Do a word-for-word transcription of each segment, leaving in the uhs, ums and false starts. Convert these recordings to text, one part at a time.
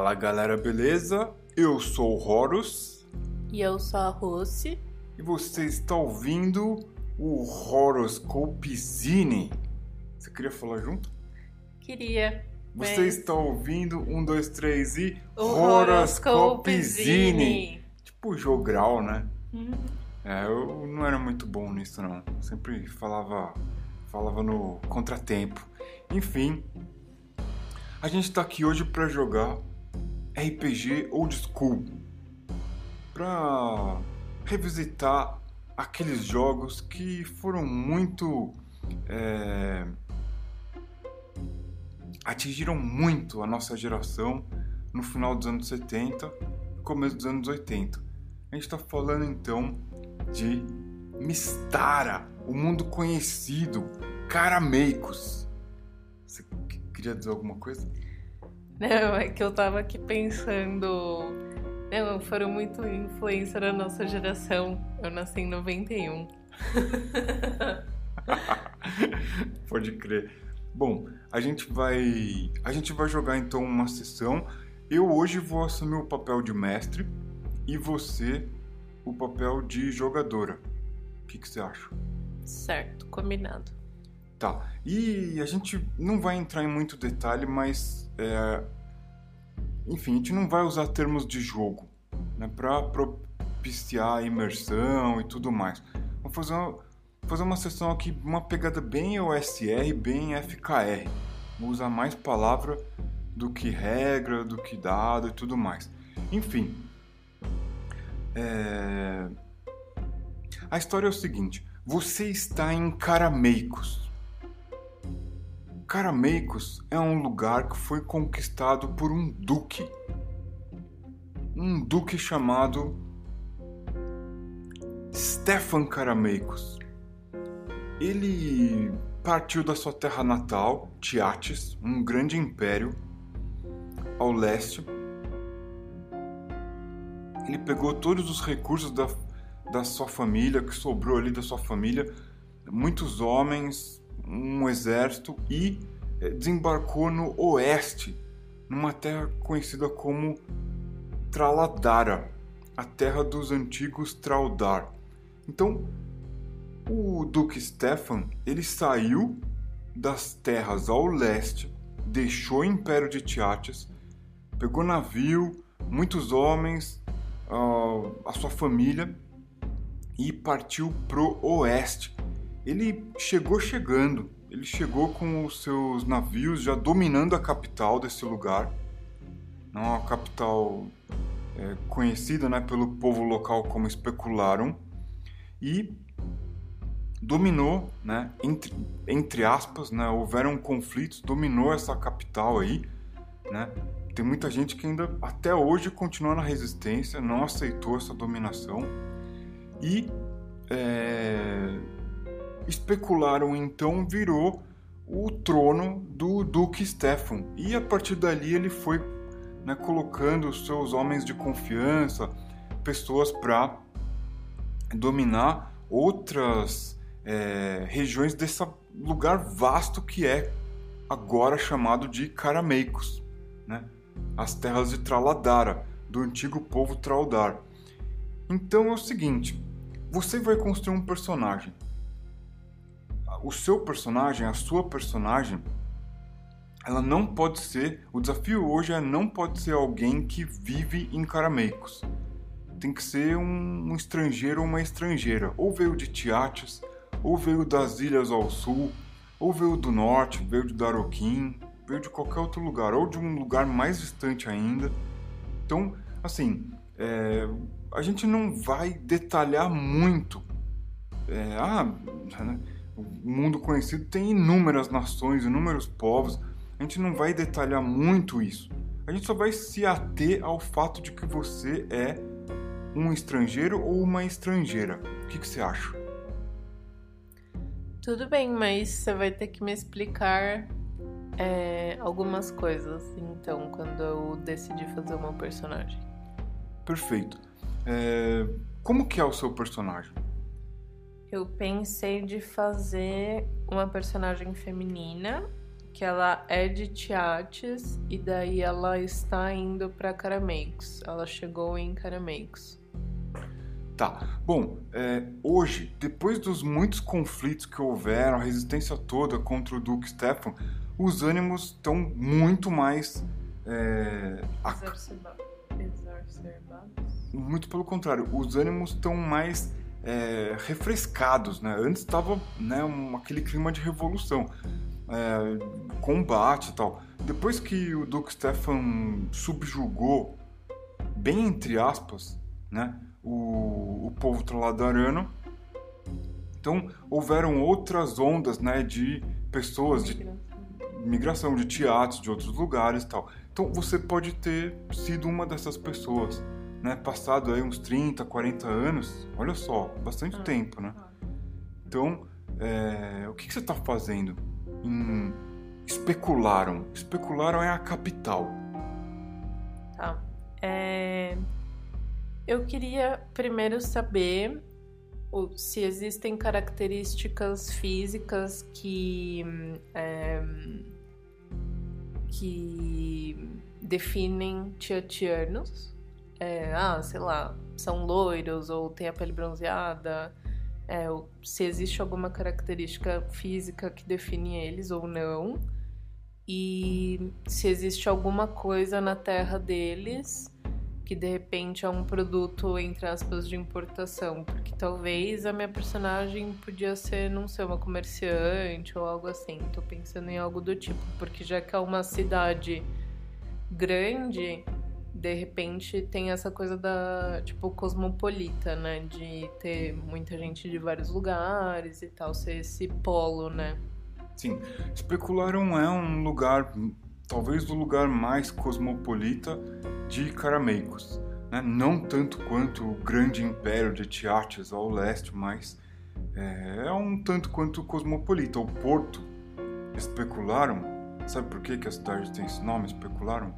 Fala galera, beleza? Eu sou o Horus. E eu sou a Rossi. E você está ouvindo o Horoscopezine. Você queria falar junto? Queria. Você mas... está ouvindo um, dois, três e o Horoscopezine. Tipo jogral, né? Uhum. É, eu não era muito bom nisso não. Eu sempre falava, falava no contratempo. Enfim, a gente está aqui hoje para jogar R P G Old School, para revisitar aqueles jogos que foram muito é, atingiram muito a nossa geração no final dos anos setenta, começo dos anos oitenta. A gente está falando então de Mystara, o mundo conhecido, Carameicos. Você queria dizer alguma coisa? Não, é que eu tava aqui pensando. Não, foram muito influência da nossa geração. Eu nasci em noventa e um. Pode crer. Bom, a gente vai a gente vai jogar então uma sessão. Eu hoje vou assumir o papel de mestre e você o papel de jogadora. O que, que você acha? Certo, combinado. Tá, e a gente não vai entrar em muito detalhe, mas é, enfim, a gente não vai usar termos de jogo, né, para propiciar a imersão e tudo mais. Vamos fazer uma, fazer uma sessão aqui, uma pegada bem O S R, bem F K R. Vou usar mais palavra do que regra, do que dado e tudo mais. Enfim, é... a história é o seguinte: você está em Carameicos. Carameicos é um lugar que foi conquistado por um duque. Um duque chamado Stefan Carameicos. Ele partiu da sua terra natal, Tiates, um grande império ao leste. Ele pegou todos os recursos da, da sua família, que sobrou ali da sua família, muitos homens, um exército, e desembarcou no oeste, numa terra conhecida como Traladara, a terra dos antigos Traldar. Então, o Duque Stefan, ele saiu das terras ao leste, deixou o Império de Tiates, pegou navio, muitos homens, uh, a sua família, e partiu pro oeste. Ele chegou chegando, ele chegou com os seus navios já dominando a capital desse lugar, não a capital é, conhecida, né, pelo povo local como Specularum, e dominou, né, entre, entre aspas, né, houveram conflitos, dominou essa capital aí, né. Tem muita gente que ainda até hoje continua na resistência, não aceitou essa dominação, e é, Specularum então virou o trono do Duque Stefan, e a partir dali ele foi, né, colocando os seus homens de confiança, pessoas para dominar outras é, regiões desse lugar vasto que é agora chamado de Carameicos, né? As terras de Traladara, do antigo povo Traldar. Então é o seguinte: você vai construir um personagem. O seu personagem, a sua personagem, ela não pode ser... O desafio hoje é não pode ser alguém que vive em Carameicos. Tem que ser um, um estrangeiro ou uma estrangeira. Ou veio de Tiates, ou veio das ilhas ao sul, ou veio do norte, veio de Daroquim, veio de qualquer outro lugar, ou de um lugar mais distante ainda. Então, assim, é, a gente não vai detalhar muito. É, ah, né? O mundo conhecido tem inúmeras nações, inúmeros povos. A gente não vai detalhar muito isso. A gente só vai se ater ao fato de que você é um estrangeiro ou uma estrangeira. O que, que você acha? Tudo bem, mas você vai ter que me explicar é, algumas coisas, então, quando eu decidi fazer uma personagem. Perfeito. É, como que é o seu personagem? Eu pensei de fazer uma personagem feminina que ela é de Tiates e daí ela está indo para Carameicos. Ela chegou em Carameicos. Tá, bom, é, hoje, depois dos muitos conflitos que houveram, a resistência toda contra o Duque Stefan, os ânimos estão muito mais... É, Exacerbados. Exacerbados. Muito pelo contrário, os ânimos estão mais é, refrescados, né? Antes estava, né, um, aquele clima de revolução, é, combate e tal. Depois que o Duque Stefan subjugou, bem entre aspas, né, o, o povo traladarano, então houveram outras ondas, né, de pessoas de migração de teatros de outros lugares e tal. Então você pode ter sido uma dessas pessoas, né? Passado aí uns trinta, quarenta anos, olha só, bastante ah, tempo, né? Ah. Então, é, o que, que você está fazendo? Em... Especularam. Especularam é a capital. Tá. É... Eu queria primeiro saber se existem características físicas que... É... que definem tiatianos. É, ah, sei lá, são loiros ou têm a pele bronzeada. É, ou se existe alguma característica física que define eles ou não. E se existe alguma coisa na terra deles que de repente é um produto, entre aspas, de importação. Porque talvez a minha personagem podia ser, não sei, uma comerciante ou algo assim. Tô pensando em algo do tipo. Porque já que é uma cidade grande, de repente tem essa coisa da, tipo, cosmopolita, né? De ter muita gente de vários lugares e tal, ser esse polo, né? Sim, Especularam é um lugar, talvez o lugar mais cosmopolita de Carameicos, né? Não tanto quanto o grande império de Tiates ao leste, mas é, é um tanto quanto cosmopolita. O porto Especularam, sabe por que, que a cidade tem esse nome, Especularam?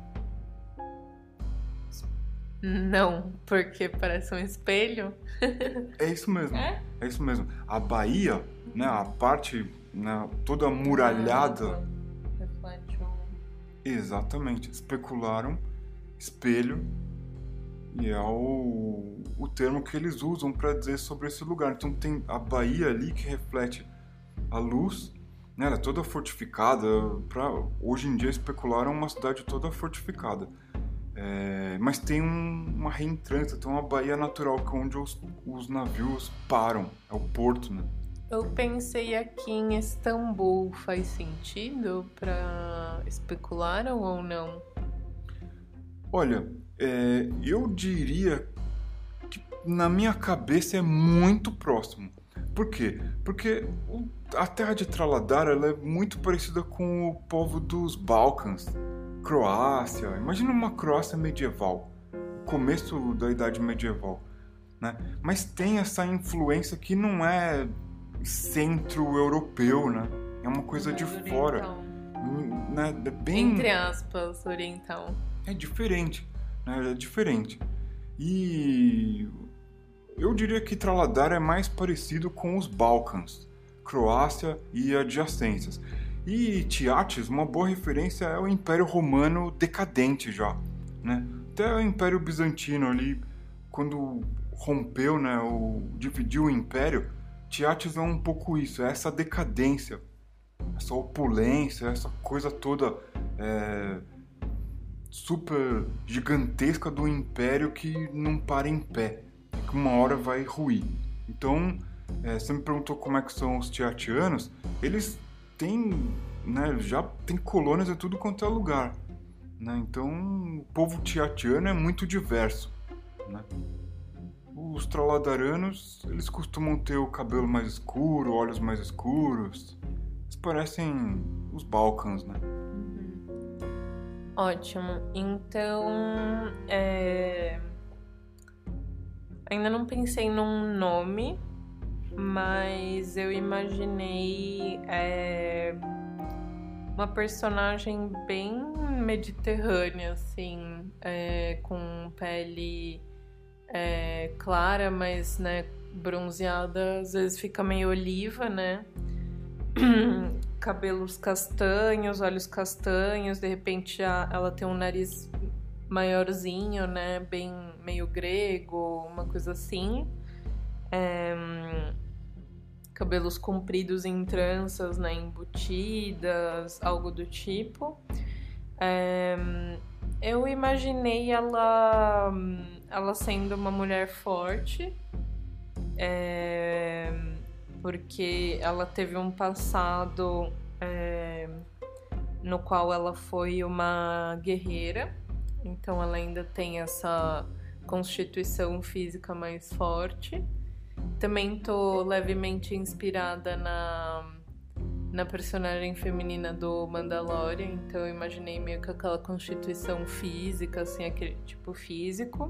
Não, porque parece um espelho. É isso mesmo, é, é isso mesmo. A Baía, né, a parte, né, toda muralhada... Reflete um... Exatamente, Especularam, espelho, e é o, o termo que eles usam para dizer sobre esse lugar. Então tem a Baía ali que reflete a luz, né, ela é toda fortificada. Pra, hoje em dia Especularam é uma cidade toda fortificada. É, mas tem um, uma reentrância, tem uma baía natural que é onde os, os navios param, é o porto, né? Eu pensei aqui em Istambul, faz sentido para Especularam ou não? Olha, é, eu diria que na minha cabeça é muito próximo. Por quê? Porque o, a terra de Traladar ela é muito parecida com o povo dos Balcãs. Croácia, imagina uma Croácia medieval, começo da Idade Medieval, né? Mas tem essa influência que não é centro-europeu, né? É uma coisa de fora, né? É bem... Entre aspas, oriental. É diferente, né? É diferente. E eu diria que Traladar é mais parecido com os Balcãs, Croácia e adjacências. E Tiates, uma boa referência é o Império Romano decadente já, né? Até o Império Bizantino ali, quando rompeu, né, o, dividiu o Império, Tiates é um pouco isso, é essa decadência, essa opulência, essa coisa toda é, super gigantesca do Império que não para em pé, que uma hora vai ruir. Então, é, você me perguntou como é que são os tiatianos, eles tem, né, já tem colônias em tudo quanto é lugar, né? Então o povo tiatiano é muito diverso, né? Os traladaranos, eles costumam ter o cabelo mais escuro, olhos mais escuros. Eles parecem os Balcãs, né? Ótimo. Então, é... ainda não pensei num nome, mas eu imaginei é, uma personagem bem mediterrânea, assim, é, com pele é, clara, mas, né, bronzeada, às vezes fica meio oliva, né? cabelos castanhos, olhos castanhos, de repente a, ela tem um nariz maiorzinho, né? Bem meio grego, uma coisa assim. É, cabelos compridos em tranças, né? Embutidas, algo do tipo. É, eu imaginei ela, ela sendo uma mulher forte. É, porque ela teve um passado é, no qual ela foi uma guerreira, então ela ainda tem essa constituição física mais forte. Também tô levemente inspirada na, na personagem feminina do Mandalorian, então eu imaginei meio que aquela constituição física, assim, aquele tipo físico.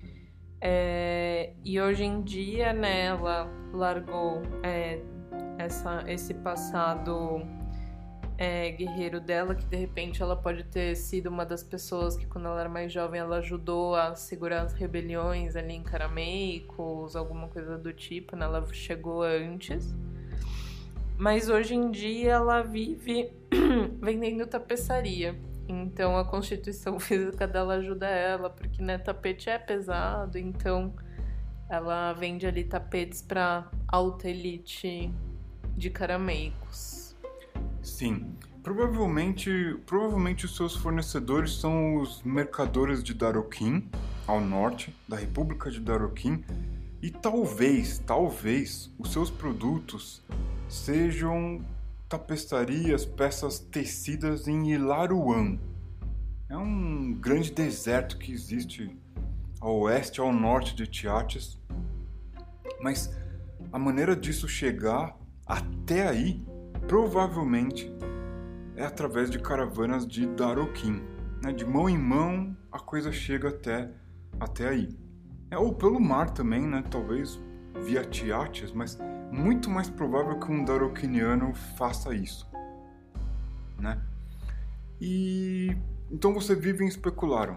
É, e hoje em dia, né, ela largou é, essa, esse passado é, guerreiro dela, que de repente ela pode ter sido uma das pessoas que quando ela era mais jovem ela ajudou a segurar as rebeliões ali em Carameicos, alguma coisa do tipo, né, ela chegou antes. Mas hoje em dia ela vive vendendo tapeçaria. Então a constituição física dela ajuda ela, porque né, tapete é pesado, então ela vende ali tapetes para alta elite de Carameicos. Sim, provavelmente, provavelmente os seus fornecedores são os mercadores de Daroquim, ao norte da República de Daroquim, e talvez, talvez os seus produtos sejam tapeçarias, peças tecidas em Ilaruan. É um grande deserto que existe ao oeste e ao norte de Tiates. Mas a maneira disso chegar até aí, provavelmente, é através de caravanas de Daroquim. Né? De mão em mão, a coisa chega até, até aí. É, ou pelo mar também, né? Talvez via Tiates, mas muito mais provável que um daroquiniano faça isso, né? E então você vive em Specularum?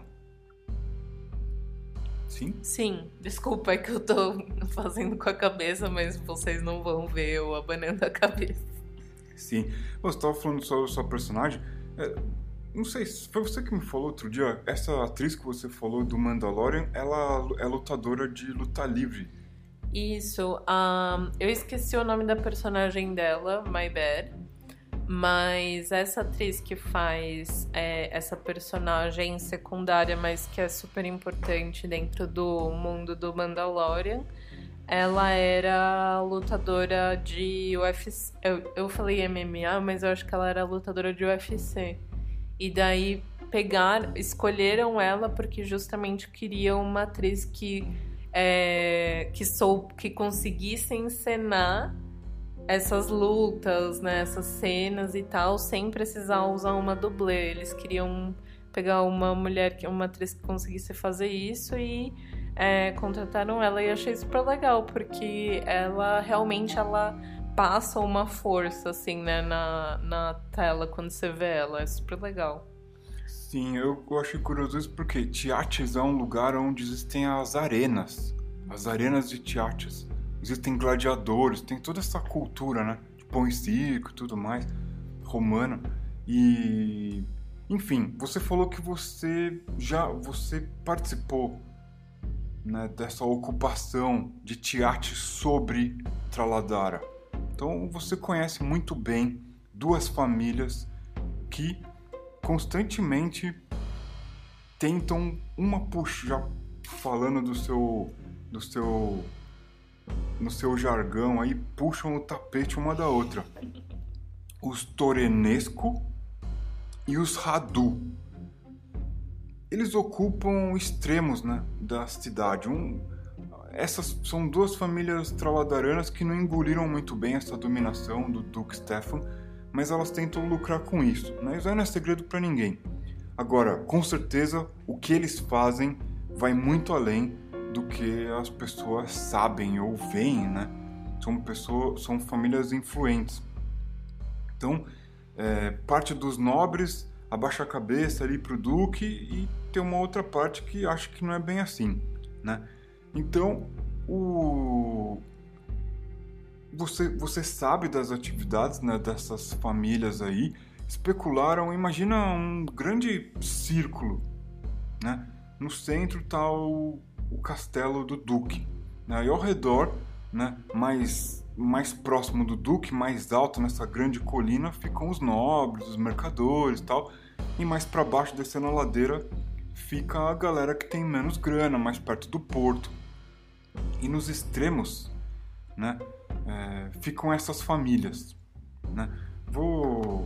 Sim? Sim, desculpa, é que eu tô fazendo com a cabeça, mas vocês não vão ver eu abanando a cabeça. Sim. Você estava falando sobre a sua personagem. É, não sei, foi você que me falou outro dia. Essa atriz que você falou do Mandalorian, ela é lutadora de luta livre. Isso, um, eu esqueci o nome da personagem dela, my bad, mas essa atriz que faz é, essa personagem secundária, mas que é super importante dentro do mundo do Mandalorian, ela era lutadora de U F C, eu, eu falei M M A, mas eu acho que ela era lutadora de U F C, e daí pegaram, escolheram ela porque justamente queriam uma atriz que É, que, sou, que conseguisse encenar essas lutas, né, essas cenas e tal, sem precisar usar uma dublê. Eles queriam pegar uma mulher, uma atriz que conseguisse fazer isso e é, contrataram ela. E eu achei super legal, porque ela realmente ela passa uma força assim, né, na, na tela quando você vê ela. É super legal. Sim, eu, eu achei curioso isso porque Tiates é um lugar onde existem as arenas, as arenas de Tiates. Existem gladiadores, tem toda essa cultura, né, de pão e circo e tudo mais, romana. E, enfim, você falou que você já você participou, né, dessa ocupação de Tiates sobre Traladara. Então você conhece muito bem duas famílias que constantemente tentam uma puxa, já falando do seu do seu no seu jargão aí, puxam o tapete uma da outra. Os Torenesco e os Radu. Eles ocupam extremos, né, da cidade. Um, essas são duas famílias traladaranas que não engoliram muito bem essa dominação do Duque Stefan, mas elas tentam lucrar com isso, né? Isso não é segredo para ninguém. Agora, com certeza, o que eles fazem vai muito além do que as pessoas sabem ou veem, né? São pessoas, são famílias influentes. Então, é, parte dos nobres abaixa a cabeça ali pro duque e tem uma outra parte que acha que não é bem assim, né? Então, o você, você sabe das atividades, né, dessas famílias aí. Especularam, imagina um grande círculo, né? No centro está o, o castelo do Duque, né? E ao redor, né, mais, mais próximo do Duque, mais alto nessa grande colina, ficam os nobres, os mercadores e tal. E mais para baixo, descendo a ladeira, fica a galera que tem menos grana, mais perto do porto. E nos extremos, né, é, ficam essas famílias, né? Vou,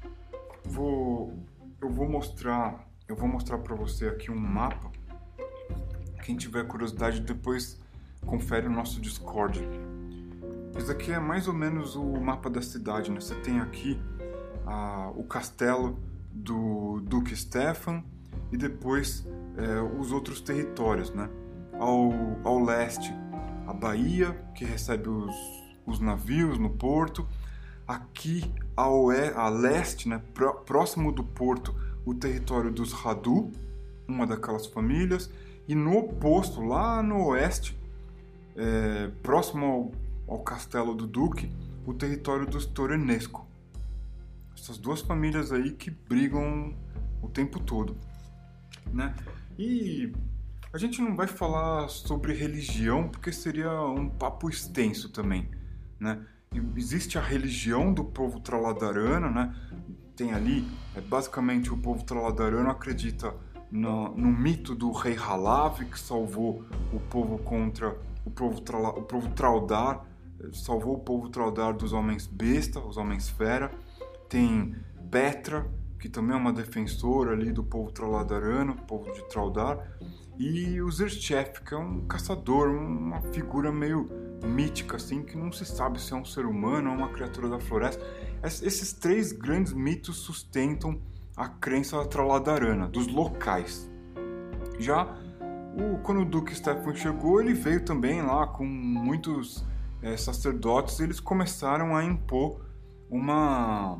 vou, eu vou mostrar, eu vou mostrar para você aqui um mapa. Quem tiver curiosidade depois confere o nosso Discord. Esse aqui é mais ou menos o mapa da cidade, né? Você tem aqui ah, o castelo do Duque Stefan e depois é, os outros territórios, né? Ao, ao leste, a Bahia, que recebe os, os navios no porto. Aqui ao a leste, né, próximo do porto, o território dos Radu, uma daquelas famílias. E no oposto, lá no oeste, é, próximo ao, ao castelo do Duque, o território dos Torenesco. Essas duas famílias aí que brigam o tempo todo, né? E a gente não vai falar sobre religião porque seria um papo extenso também, né? Existe a religião do povo Traladarana, né? Tem ali, é, basicamente o povo Traladarano acredita no, no mito do rei Halav, que salvou o povo contra o povo, Trala, o povo Traldar, salvou o povo Traldar dos homens besta, os homens fera. Tem Petra, que também é uma defensora ali do povo Traladarano, povo de Traldar. E o Zerchef, que é um caçador, uma figura meio mítica, assim, que não se sabe se é um ser humano ou uma criatura da floresta. Esses três grandes mitos sustentam a crença traladarana, dos locais. Já o, quando o Duque Stefan chegou, ele veio também lá com muitos é, sacerdotes, e eles começaram a impor uma,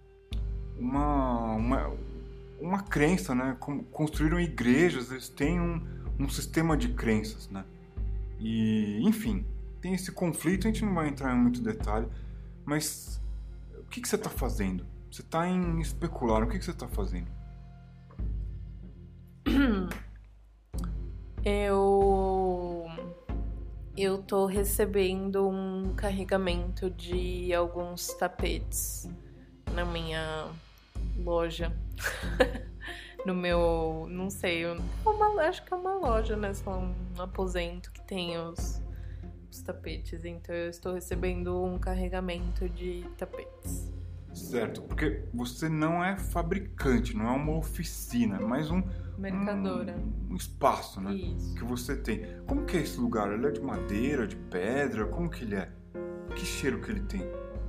uma, uma, uma crença, né? Construíram igrejas, eles têm um, um sistema de crenças, né? E, enfim, tem esse conflito, a gente não vai entrar em muito detalhe, mas o que, que você está fazendo? Você está em especular, o que, que você está fazendo? Eu... Eu tô recebendo um carregamento de alguns tapetes na minha loja. No meu... Não sei, eu, uma, acho que é uma loja, né? Sei lá, um aposento que tem os, os tapetes. Então eu estou recebendo um carregamento de tapetes. Certo, porque você não é fabricante, não é uma oficina, é mais um... Mercadora. Um, um espaço, né? Isso. Que você tem. Como que é esse lugar? Ele é de madeira, de pedra? Como que ele é? Que cheiro que ele tem?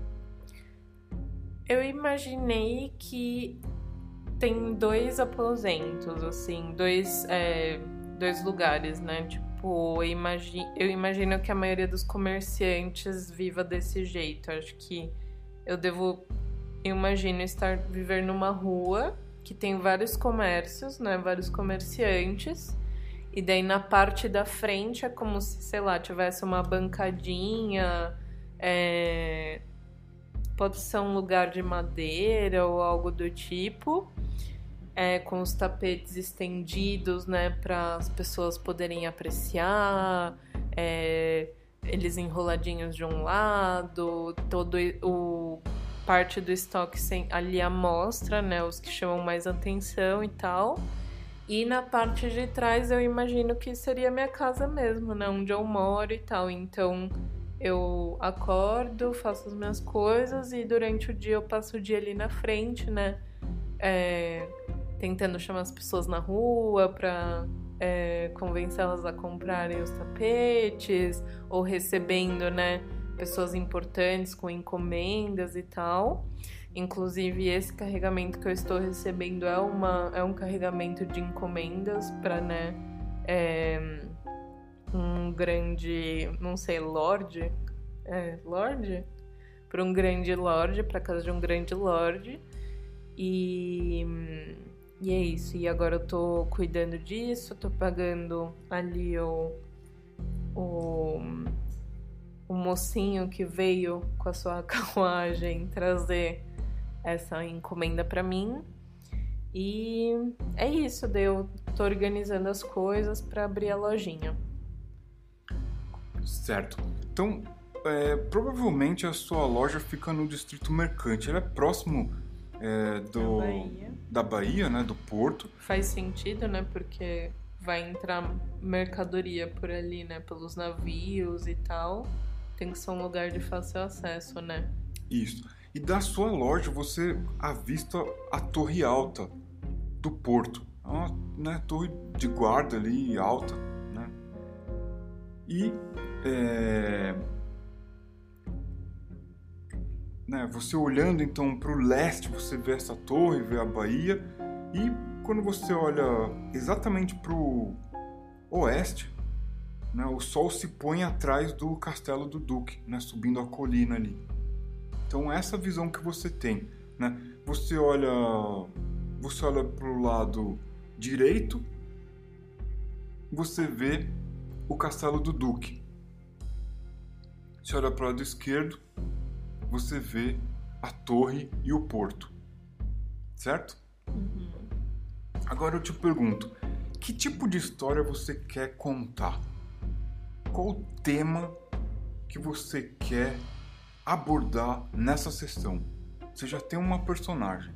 Eu imaginei que tem dois aposentos, assim, dois, é, dois lugares, né? Tipo, eu imagino, eu imagino que a maioria dos comerciantes viva desse jeito. Eu acho que eu devo, eu imagino estar viver numa rua que tem vários comércios, né? Vários comerciantes. E daí na parte da frente é como se, sei lá, tivesse uma bancadinha. É... Pode ser um lugar de madeira ou algo do tipo. É, com os tapetes estendidos, né? Para as pessoas poderem apreciar. É... Eles enroladinhos de um lado. Todo o... parte do estoque sem, ali à mostra, né, os que chamam mais atenção e tal. E na parte de trás eu imagino que seria minha casa mesmo, né, onde eu moro e tal. Então eu acordo, faço as minhas coisas e durante o dia eu passo o dia ali na frente, né, é, tentando chamar as pessoas na rua pra é, convencê-las a comprarem os tapetes ou recebendo, né, pessoas importantes com encomendas e tal. Inclusive, esse carregamento que eu estou recebendo é, uma, é um carregamento de encomendas para, né, é, um grande, não sei, lorde? É, lorde? Para um grande lorde, para casa de um grande lorde. E, e é isso. E agora eu tô cuidando disso, tô pagando ali o... o o mocinho que veio com a sua carruagem trazer essa encomenda para mim. E é isso, daí eu tô organizando as coisas para abrir a lojinha. Certo. Então, é, provavelmente a sua loja fica no Distrito Mercante. Ela é próximo é, do, Da Bahia. da Bahia, né? Do porto. Faz sentido, né? Porque vai entrar mercadoria por ali, né? Pelos navios e tal. Tem que ser um lugar de fácil acesso, né? Isso. E da sua loja você avista a torre alta do porto. É uma, né, torre de guarda ali alta, né? E é, né, você olhando então para o leste, você vê essa torre, vê a Bahia. E quando você olha exatamente para o oeste, né, o sol se põe atrás do castelo do Duque, né, subindo a colina ali. Então essa visão que você tem, né? Você olha, você olha para o lado direito, você vê o castelo do Duque. Você olha para o lado esquerdo, você vê a torre e o porto, certo? Uhum. Agora eu te pergunto, que tipo de história você quer contar? Qual o tema que você quer abordar nessa sessão? Você já tem uma personagem.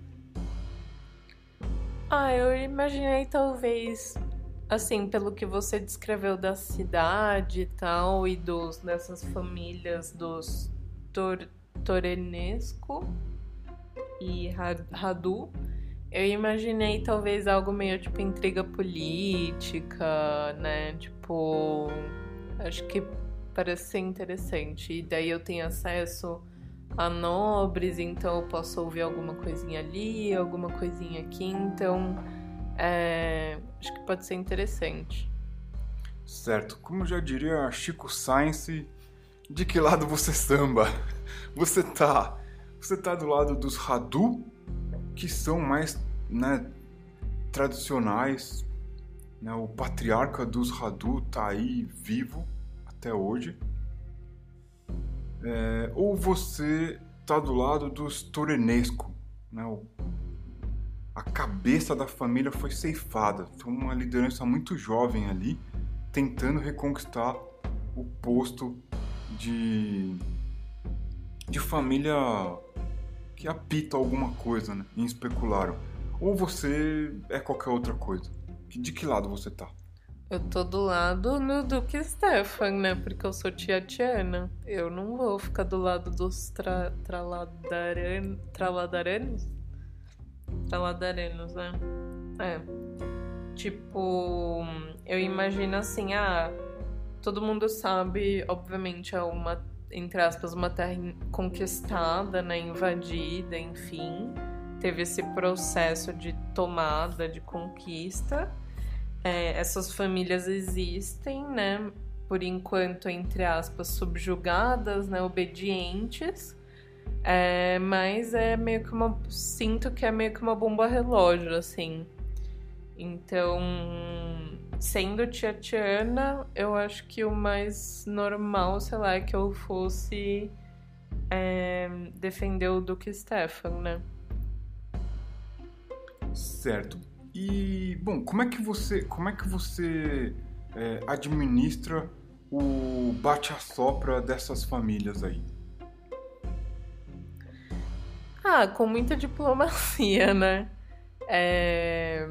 Ah, eu imaginei talvez, assim, pelo que você descreveu da cidade e tal, e dos, dessas famílias dos Tor, Torenesco e Radu, eu imaginei talvez algo meio tipo intriga política, né? Tipo, acho que parece ser interessante. E daí eu tenho acesso a nobres, então eu posso ouvir alguma coisinha ali, alguma coisinha aqui, então é, acho que pode ser interessante. Certo, como já diria Chico Sainz, de que lado você samba? Você tá, você tá do lado dos Radu, que são mais, né, tradicionais, né? O patriarca dos Radu tá aí vivo até hoje. É, ou você tá do lado dos Torenesco, né? O, a cabeça da família foi ceifada. Foi uma liderança muito jovem ali, tentando reconquistar o posto de, de família que apita alguma coisa, né? Em especularam. Ou você é qualquer outra coisa. De que lado você tá? Eu tô do lado no Duque Stefan, né? Porque eu sou tia Tiana. Eu não vou ficar do lado dos tra traladaran traladaranos? Traladaranos, né? É. Tipo, eu imagino assim, ah, todo mundo sabe, obviamente, é uma, entre aspas, uma terra conquistada, né? Invadida, enfim. Teve esse processo de tomada, de conquista. É, essas famílias existem, né, por enquanto, entre aspas, subjugadas, né, obedientes, é, mas é meio que uma, sinto que é meio que uma bomba relógio, assim. Então, sendo tia Tiana, eu acho que o mais normal, sei lá, é que eu fosse é, defender o Duque Stefan, né? Certo. E, bom, como é que você, como é que você é, administra o bate-a-sopra dessas famílias aí? Ah, com muita diplomacia, né? É...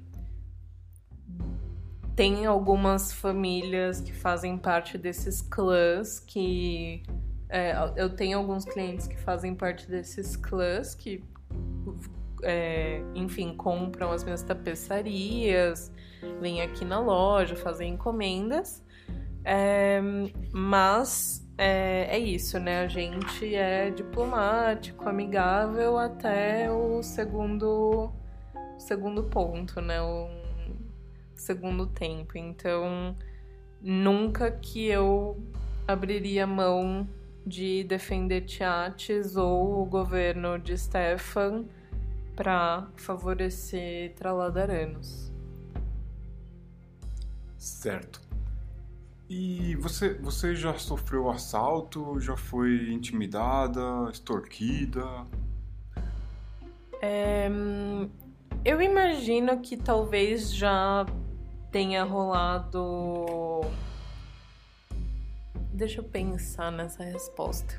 Tem algumas famílias que fazem parte desses clãs que... É, eu tenho alguns clientes que fazem parte desses clãs que... É, enfim, compram as minhas tapeçarias, vêm aqui na loja, fazem encomendas, é, mas é, é isso, né? A gente é diplomático, amigável até o segundo, segundo ponto, né? O segundo tempo. Então, nunca que eu abriria mão de defender Tiates ou o governo de Stefan para favorecer traladaranos. Certo. E você, você já sofreu assalto? Já foi intimidada, extorquida? É, hum, eu imagino que talvez já tenha rolado. Deixa eu pensar nessa resposta.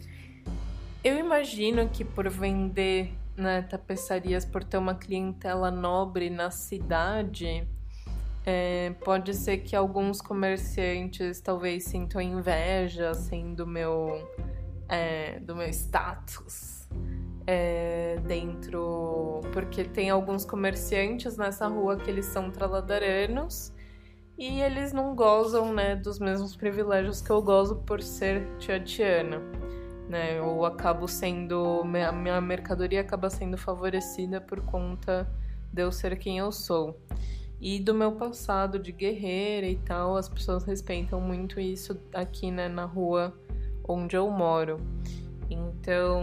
Eu imagino que por vender, né, tapeçarias, por ter uma clientela nobre na cidade, é, pode ser que alguns comerciantes talvez sintam inveja, assim, do meu, é, do meu status é, dentro... Porque tem alguns comerciantes nessa rua que eles são traladaranos e eles não gozam, né, dos mesmos privilégios que eu gozo por ser tiatiana. Né, eu acabo sendo, a minha mercadoria acaba sendo favorecida por conta de eu ser quem eu sou. E do meu passado de guerreira e tal, as pessoas respeitam muito isso aqui, né, na rua onde eu moro. Então,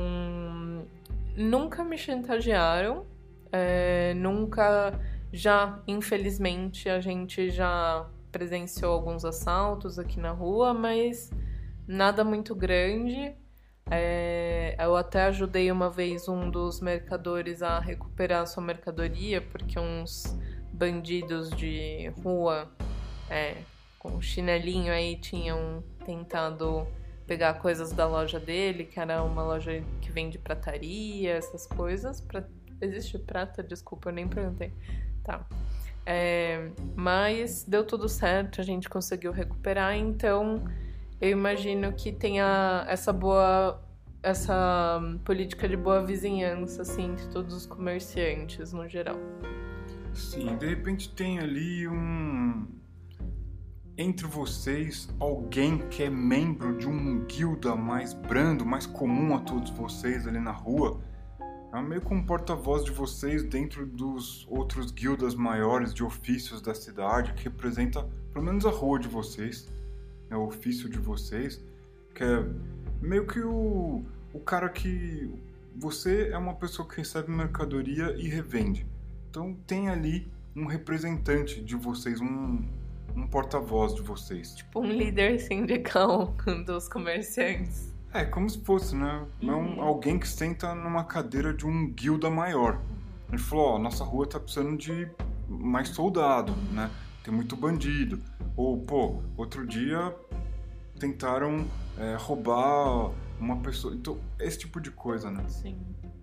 nunca me chantagearam, é, nunca, já, infelizmente, a gente já presenciou alguns assaltos aqui na rua, mas nada muito grande. É, eu até ajudei uma vez um dos mercadores a recuperar a sua mercadoria, porque uns bandidos de rua é, com chinelinho aí tinham tentado pegar coisas da loja dele, que era uma loja que vende prataria, essas coisas. Pra... Existe prata? Desculpa, eu nem perguntei. Tá. É, mas deu tudo certo, a gente conseguiu recuperar, então... Eu imagino que tenha essa boa, essa política de boa vizinhança, assim, de todos os comerciantes, no geral. Sim, de repente tem ali um... Entre vocês, alguém que é membro de um guilda mais brando, mais comum a todos vocês ali na rua. É meio como um porta-voz de vocês dentro dos outros guildas maiores de ofícios da cidade, que representa pelo menos a rua de vocês. É o ofício de vocês, que é meio que o, o cara que... Você é uma pessoa que recebe mercadoria e revende. Então tem ali um representante de vocês, um, um porta-voz de vocês. Tipo um líder sindical dos comerciantes. É, como se fosse, né? É um, alguém que senta numa cadeira de um guilda maior. Ele falou, ó, nossa rua tá precisando de mais soldado, né? Tem muito bandido. Ou, pô, outro dia tentaram é, roubar uma pessoa. Então, esse tipo de coisa, né? Sim.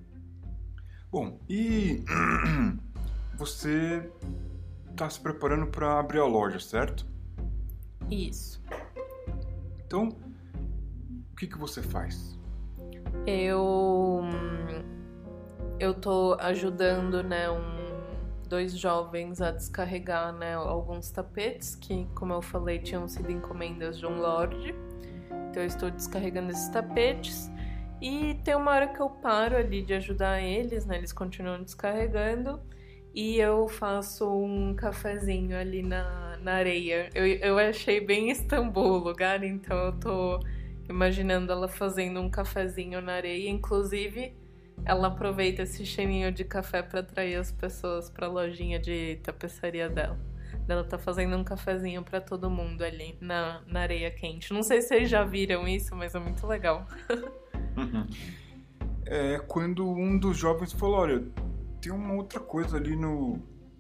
Bom, e você tá se preparando para abrir a loja, certo? Isso. Então, o que que você faz? Eu... Eu tô ajudando, né, um... dois jovens a descarregar, né, alguns tapetes que, como eu falei, tinham sido encomendas de um lorde. Então eu estou descarregando esses tapetes e tem uma hora que eu paro ali de ajudar eles, né, eles continuam descarregando e eu faço um cafezinho ali na, na areia. Eu, eu achei bem Istambul o lugar, então eu tô imaginando ela fazendo um cafezinho na areia, inclusive... Ela aproveita esse cheirinho de café para atrair as pessoas para a lojinha de tapeçaria dela. Ela tá fazendo um cafezinho para todo mundo ali na, na areia quente. Não sei se vocês já viram isso, mas é muito legal. Uhum. É quando um dos jovens falou, olha, tem uma outra coisa ali no...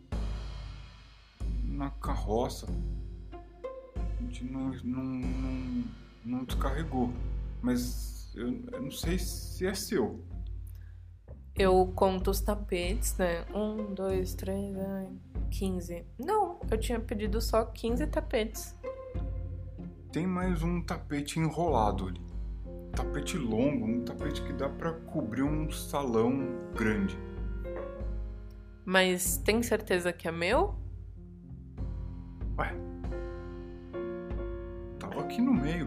na carroça. A gente não, não, não, não descarregou. Mas eu, eu não sei se é seu. Eu conto os tapetes, né? Um, dois, três, ai, quinze. Não, eu tinha pedido só quinze tapetes. Tem mais um tapete enrolado ali. Um tapete longo, um tapete que dá pra cobrir um salão grande. Mas tem certeza que é meu? Ué. Tava aqui no meio.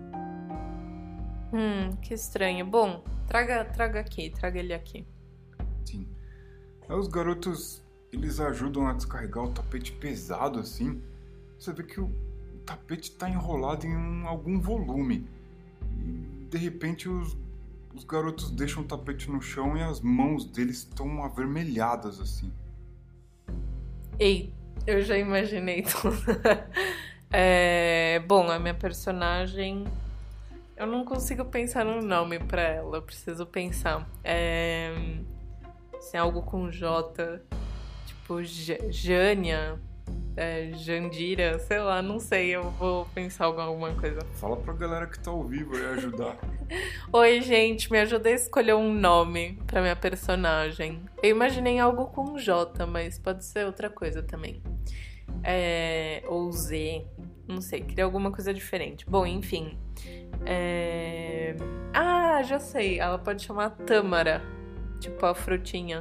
Hum, que estranho. Bom, traga, traga aqui, traga ele aqui. Sim. Aí os garotos, eles ajudam a descarregar o tapete pesado assim. Você vê que o tapete tá enrolado em um, algum volume. E de repente os, os garotos deixam o tapete no chão e as mãos deles estão avermelhadas assim. Ei, eu já imaginei tudo. É, bom, a minha personagem... Eu não consigo pensar num nome pra ela, eu preciso pensar. É, se é algo com J, tipo J- Jânia, é, Jandira, sei lá, não sei, eu vou pensar em alguma coisa. Fala pra galera que tá ao vivo e ajudar. Oi, gente, me ajuda a escolher um nome pra minha personagem. Eu imaginei algo com J, mas pode ser outra coisa também. É, ou Z, não sei, queria alguma coisa diferente. Bom, enfim. É... Ah, já sei, ela pode chamar Tâmara, tipo a frutinha.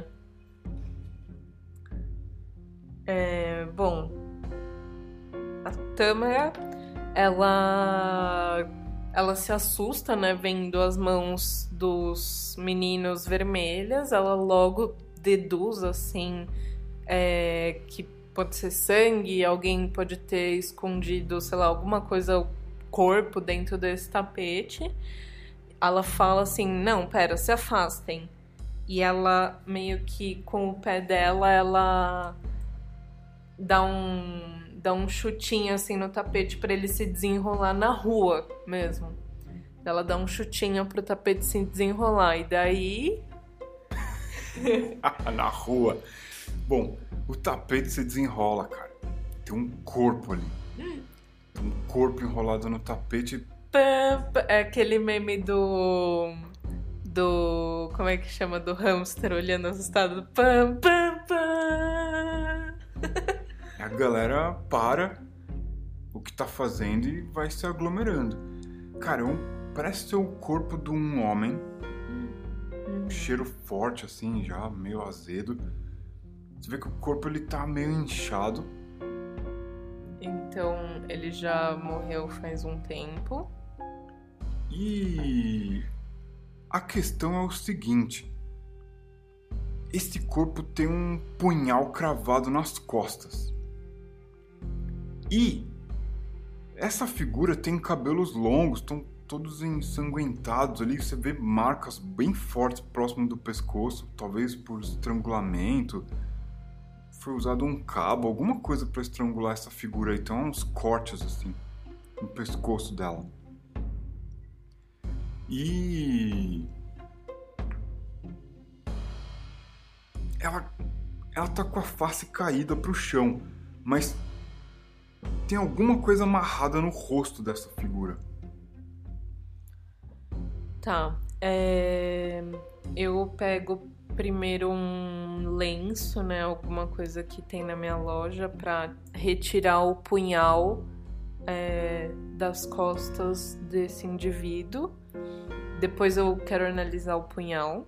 É... Bom, a Tâmara, ela... ela se assusta, né, vendo as mãos dos meninos vermelhas. Ela logo deduz, assim, é... que pode ser sangue, alguém pode ter escondido, sei lá, alguma coisa, corpo dentro desse tapete. Ela fala assim, não, pera, se afastem. E ela, meio que com o pé dela, ela dá um, dá um chutinho assim no tapete pra ele se desenrolar na rua mesmo. Ela dá um chutinho pro tapete se desenrolar. E daí... Na rua. Bom, o tapete se desenrola, cara. Tem um corpo ali. Um corpo enrolado no tapete. Pam, pam. É aquele meme do... Do... Como é que chama? Do hamster olhando assustado. Pam, pam, pam. A galera para o que tá fazendo e vai se aglomerando. Cara, é um, parece ser o corpo de um homem. Um cheiro forte, assim, já meio azedo. Você vê que o corpo ele tá meio inchado. Então, ele já morreu faz um tempo. E a questão é o seguinte. Esse corpo tem um punhal cravado nas costas. E essa figura tem cabelos longos, estão todos ensanguentados ali. Você vê marcas bem fortes próximo do pescoço, talvez por estrangulamento. Foi usado um cabo, alguma coisa para estrangular essa figura aí. Tem uns cortes assim no pescoço dela. E ela ela tá com a face caída pro chão, mas tem alguma coisa amarrada no rosto dessa figura. Tá. É... Eu pego primeiro um lenço, né? Alguma coisa que tem na minha loja pra retirar o punhal é, das costas desse indivíduo. Depois eu quero analisar o punhal.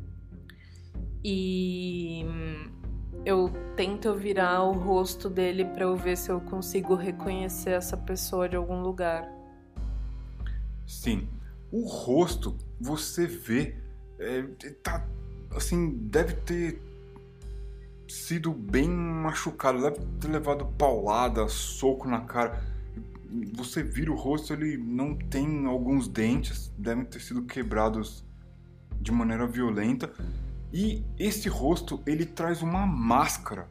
E eu tento virar o rosto dele pra eu ver se eu consigo reconhecer essa pessoa de algum lugar. Sim, o rosto você vê, é, tá, assim, deve ter sido bem machucado, deve ter levado paulada, soco na cara. Você vira o rosto, ele não tem alguns dentes, devem ter sido quebrados de maneira violenta. E esse rosto, ele traz uma máscara.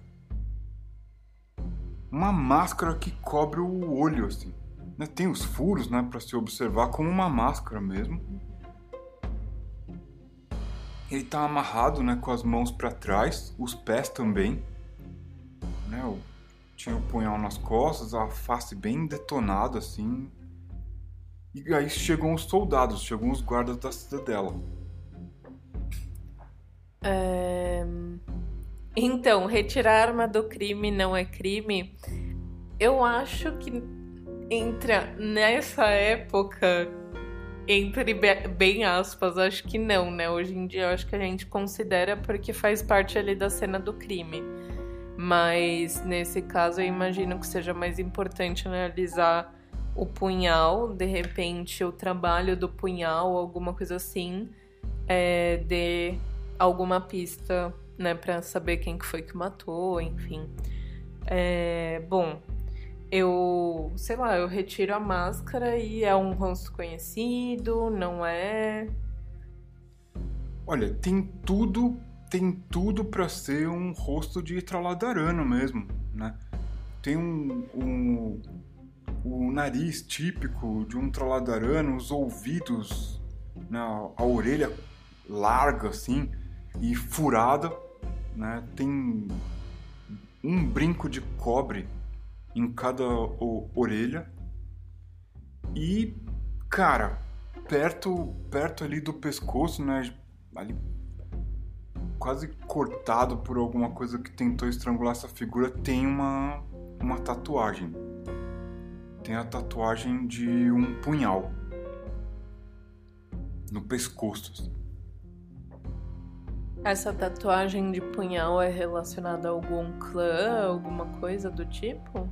Uma máscara que cobre o olho, assim. Tem os furos, né, para se observar como uma máscara mesmo. Ele tá amarrado, né, com as mãos para trás, os pés também. Né, tinha o punhal nas costas, a face bem detonada, assim. E aí chegam os soldados, chegam os guardas da cidadela. É... Então, retirar a arma do crime não é crime? Eu acho que entra nessa época, entre bem aspas, acho que não, né? Hoje em dia eu acho que a gente considera porque faz parte ali da cena do crime. Mas nesse caso eu imagino que seja mais importante analisar o punhal, de repente o trabalho do punhal, alguma coisa assim, é, de alguma pista, né, pra saber quem que foi que matou, enfim. É, bom, eu, sei lá, eu retiro a máscara e é um rosto conhecido, não é? Olha, tem tudo, tem tudo pra ser um rosto de Traladarano mesmo, né? Tem um, um, o nariz típico de um traladarano, os ouvidos, né, a orelha larga assim e furada, né, tem um brinco de cobre em cada o, orelha e, cara, perto, perto ali do pescoço, né, ali quase cortado por alguma coisa que tentou estrangular essa figura, tem uma, uma tatuagem. Tem a tatuagem de um punhal no pescoço. Assim. Essa tatuagem de punhal é relacionada a algum clã, alguma coisa do tipo?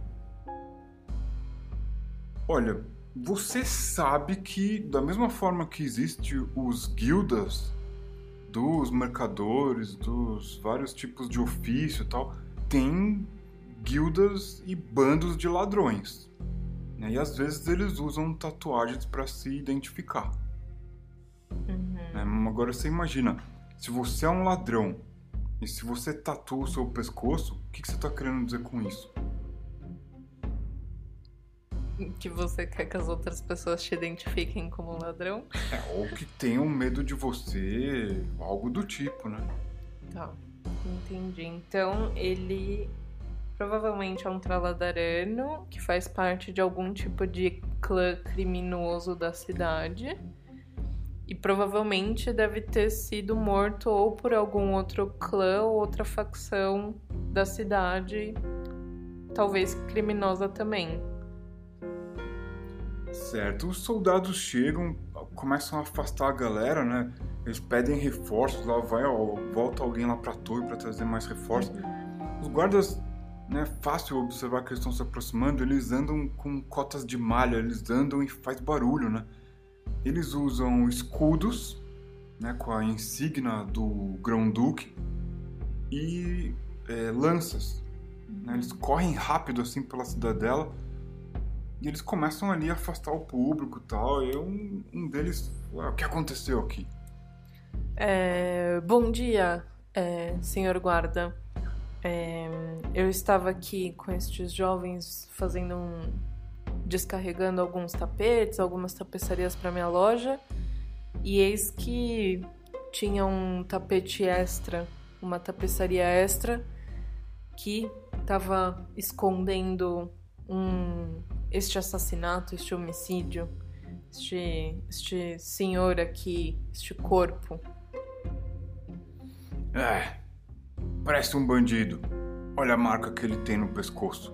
Olha, você sabe que da mesma forma que existem os guildas dos mercadores, dos vários tipos de ofício e tal, tem guildas e bandos de ladrões. Né? E às vezes eles usam tatuagens para se identificar. Uhum. Né? Agora você imagina, se você é um ladrão e se você tatua o seu pescoço, o que, que você está querendo dizer com isso? Que você quer que as outras pessoas te identifiquem como ladrão? É, ou que tenham medo de você, algo do tipo, né? Tá, entendi. Então ele provavelmente é um traladarano que faz parte de algum tipo de clã criminoso da cidade. E provavelmente deve ter sido morto ou por algum outro clã ou outra facção da cidade, talvez criminosa também. Certo, os soldados chegam, começam a afastar a galera, né? Eles pedem reforços, lá vai, ó, volta alguém lá pra torre pra trazer mais reforços. Os guardas, né, fácil observar que eles estão se aproximando, eles andam com cotas de malha, eles andam e faz barulho, né? Eles usam escudos, né, com a insígnia do grão-duque e é, lanças. Né? Eles correm rápido assim pela cidadela. E eles começam ali a afastar o público e tal. E um, um deles... Ah, o que aconteceu aqui? É, bom dia, é, senhor guarda. É, eu estava aqui com estes jovens fazendo um... descarregando alguns tapetes, algumas tapeçarias para minha loja. E eis que tinha um tapete extra, uma tapeçaria extra, que estava escondendo um... este assassinato, este homicídio, este, este senhor aqui, este corpo. É, parece um bandido. Olha a marca que ele tem no pescoço.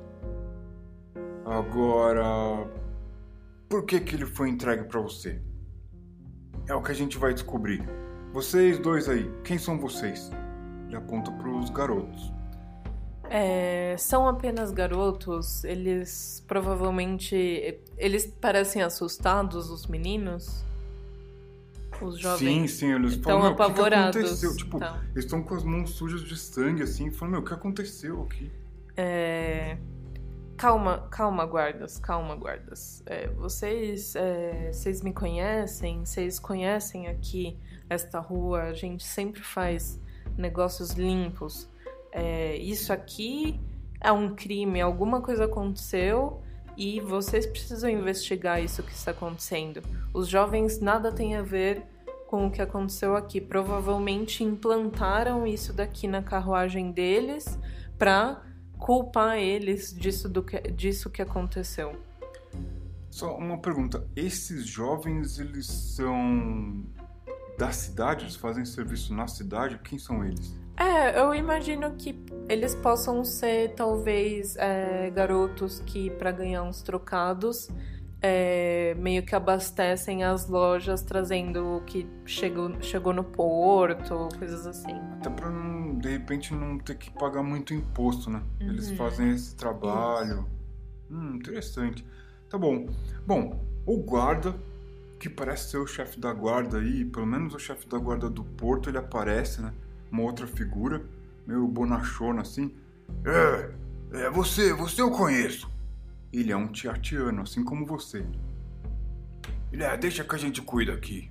Agora, por que que ele foi entregue pra você? É o que a gente vai descobrir. Vocês dois aí, quem são vocês? Ele aponta pros garotos. É, são apenas garotos, eles provavelmente... Eles parecem assustados, os meninos? Os jovens? Sim, sim, eles estão falam, meu, apavorados. O que, que aconteceu? Tipo, Tá. eles estão com as mãos sujas de sangue, assim, falando, meu, o que aconteceu aqui? É... Calma, calma, guardas, calma, guardas. É, vocês, é, vocês me conhecem? Vocês conhecem aqui esta rua? A gente sempre faz negócios limpos. É, isso aqui é um crime, alguma coisa aconteceu e vocês precisam investigar isso que está acontecendo. Os jovens nada têm a ver com o que aconteceu aqui. Provavelmente implantaram isso daqui na carruagem deles para culpar eles disso, do que, disso que aconteceu. Só uma pergunta, esses jovens, eles são da cidade? Eles fazem serviço na cidade? Quem são eles? É, eu imagino que eles possam ser, talvez, é, garotos que, para ganhar uns trocados, é, meio que abastecem as lojas trazendo o que chegou, chegou no porto, coisas assim. Até pra, não, de repente, não ter que pagar muito imposto, né? Uhum. Eles fazem esse trabalho. Isso. Hum, interessante. Tá bom. Bom, o guarda, que parece ser o chefe da guarda aí, pelo menos o chefe da guarda do porto, ele aparece, né? Uma outra figura, meio bonachona assim. É, é você, você eu conheço. Ele é um tiatiano, assim como você. Ele é, deixa que a gente cuida aqui.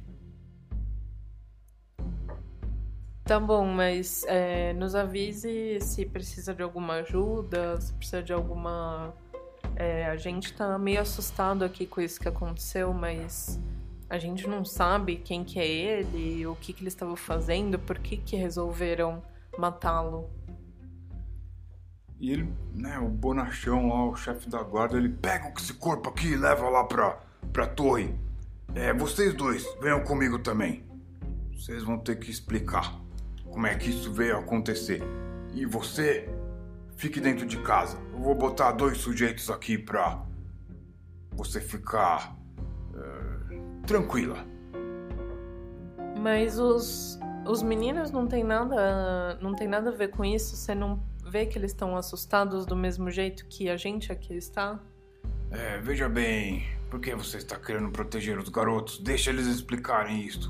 Tá bom, mas é, nos avise se precisa de alguma ajuda, se precisa de alguma É, a gente tá meio assustado aqui com isso que aconteceu, mas a gente não sabe quem que é ele, o que que eles estavam fazendo, por que que resolveram matá-lo. E ele, né, o bonachão lá, o chefe da guarda, ele pega esse corpo aqui e leva lá pra, pra torre. É, vocês dois, venham comigo também. Vocês vão ter que explicar como é que isso veio a acontecer. E você, fique dentro de casa. Eu vou botar dois sujeitos aqui pra você ficar uh, tranquila. Mas os, os meninos não tem nada, não tem nada a ver com isso? Você não vê que eles estão assustados do mesmo jeito que a gente aqui está? É, veja bem, por que você está querendo proteger os garotos? Deixa eles explicarem isso.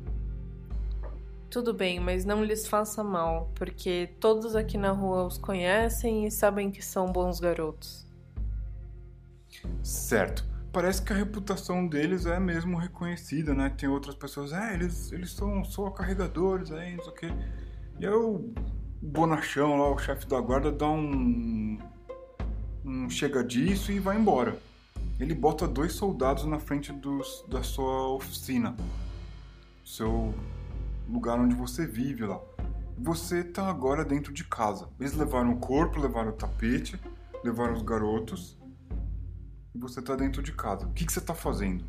Tudo bem, mas não lhes faça mal, porque todos aqui na rua os conhecem e sabem que são bons garotos. Certo. Parece que a reputação deles é mesmo reconhecida, né? Tem outras pessoas, é, eles, eles são só carregadores, aí, não sei o quê. E aí o bonachão lá, o chefe da guarda, dá um... um chega disso e vai embora. Ele bota dois soldados na frente dos, da sua oficina. Seu lugar onde você vive lá. Você tá agora dentro de casa. Eles levaram o corpo, levaram o tapete, levaram os garotos. E você tá dentro de casa. O que, que você tá fazendo?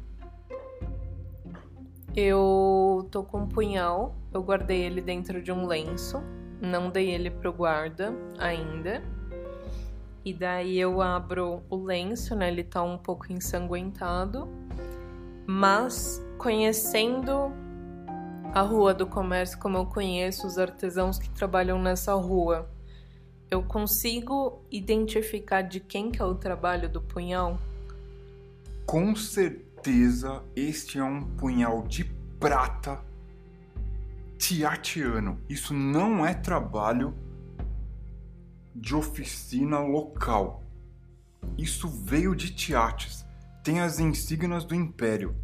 Eu tô com um punhal. Eu guardei ele dentro de um lenço. Não dei ele pro guarda ainda. E daí eu abro o lenço, né? Ele tá um pouco ensanguentado. Mas, conhecendo a Rua do Comércio como eu conheço os artesãos que trabalham nessa rua, eu consigo identificar de quem que é o trabalho do punhal? Com certeza este é um punhal de prata tiatiano. Isso não é trabalho de oficina local. Isso veio de Tiates. Tem as insígnias do Império.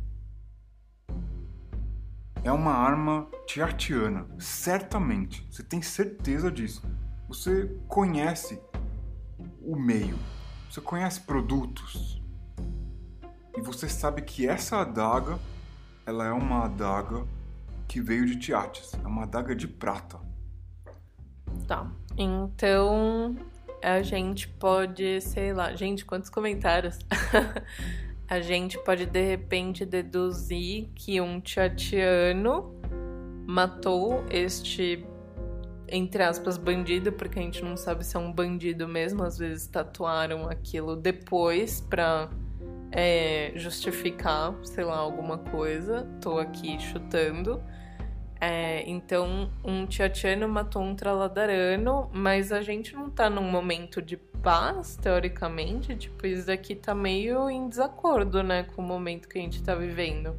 É uma arma tiatiana, certamente. Você tem certeza disso. Você conhece o meio. Você conhece produtos. E você sabe que essa adaga, ela é uma adaga que veio de Tiates. É uma adaga de prata. Tá. Então, a gente pode, sei lá... Gente, quantos comentários? A gente pode, de repente, deduzir que um tiatiano matou este, entre aspas, bandido, porque a gente não sabe se é um bandido mesmo. Às vezes tatuaram aquilo depois pra é, justificar, sei lá, alguma coisa. Tô aqui chutando. É, então, um tiatiano matou um traladarano, mas a gente não tá num momento de paz, teoricamente. Tipo, isso daqui tá meio em desacordo, né, com o momento que a gente tá vivendo.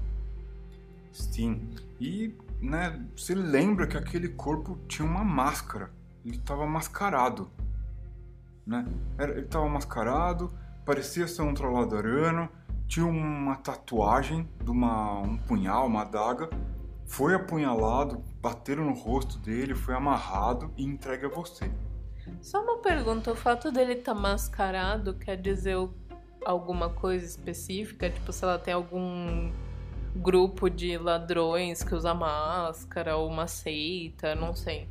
Sim, e, né, você lembra que aquele corpo tinha uma máscara. Ele tava mascarado, né? Ele tava mascarado, parecia ser um traladarano, tinha uma tatuagem de uma, um punhal, uma adaga. Foi apunhalado, bateram no rosto dele, foi amarrado e entregue a você. Só uma pergunta, o fato dele estar tá mascarado quer dizer alguma coisa específica? Tipo, se ela tem algum grupo de ladrões que usa máscara ou uma seita, não sei.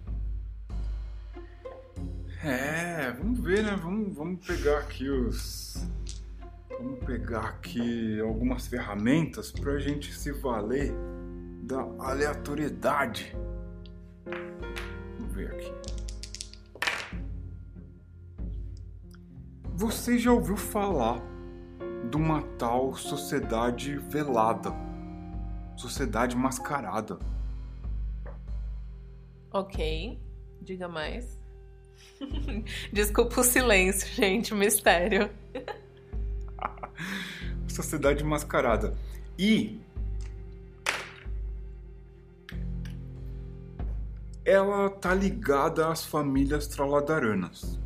É, vamos ver, né? Vamos, vamos pegar aqui os... Vamos pegar aqui algumas ferramentas pra gente se valer da aleatoriedade. Vamos ver aqui. Você já ouviu falar de uma tal sociedade velada? Sociedade mascarada. Ok, diga mais. Desculpa o silêncio, gente, mistério. Sociedade mascarada. E ela tá ligada às famílias traladaranas.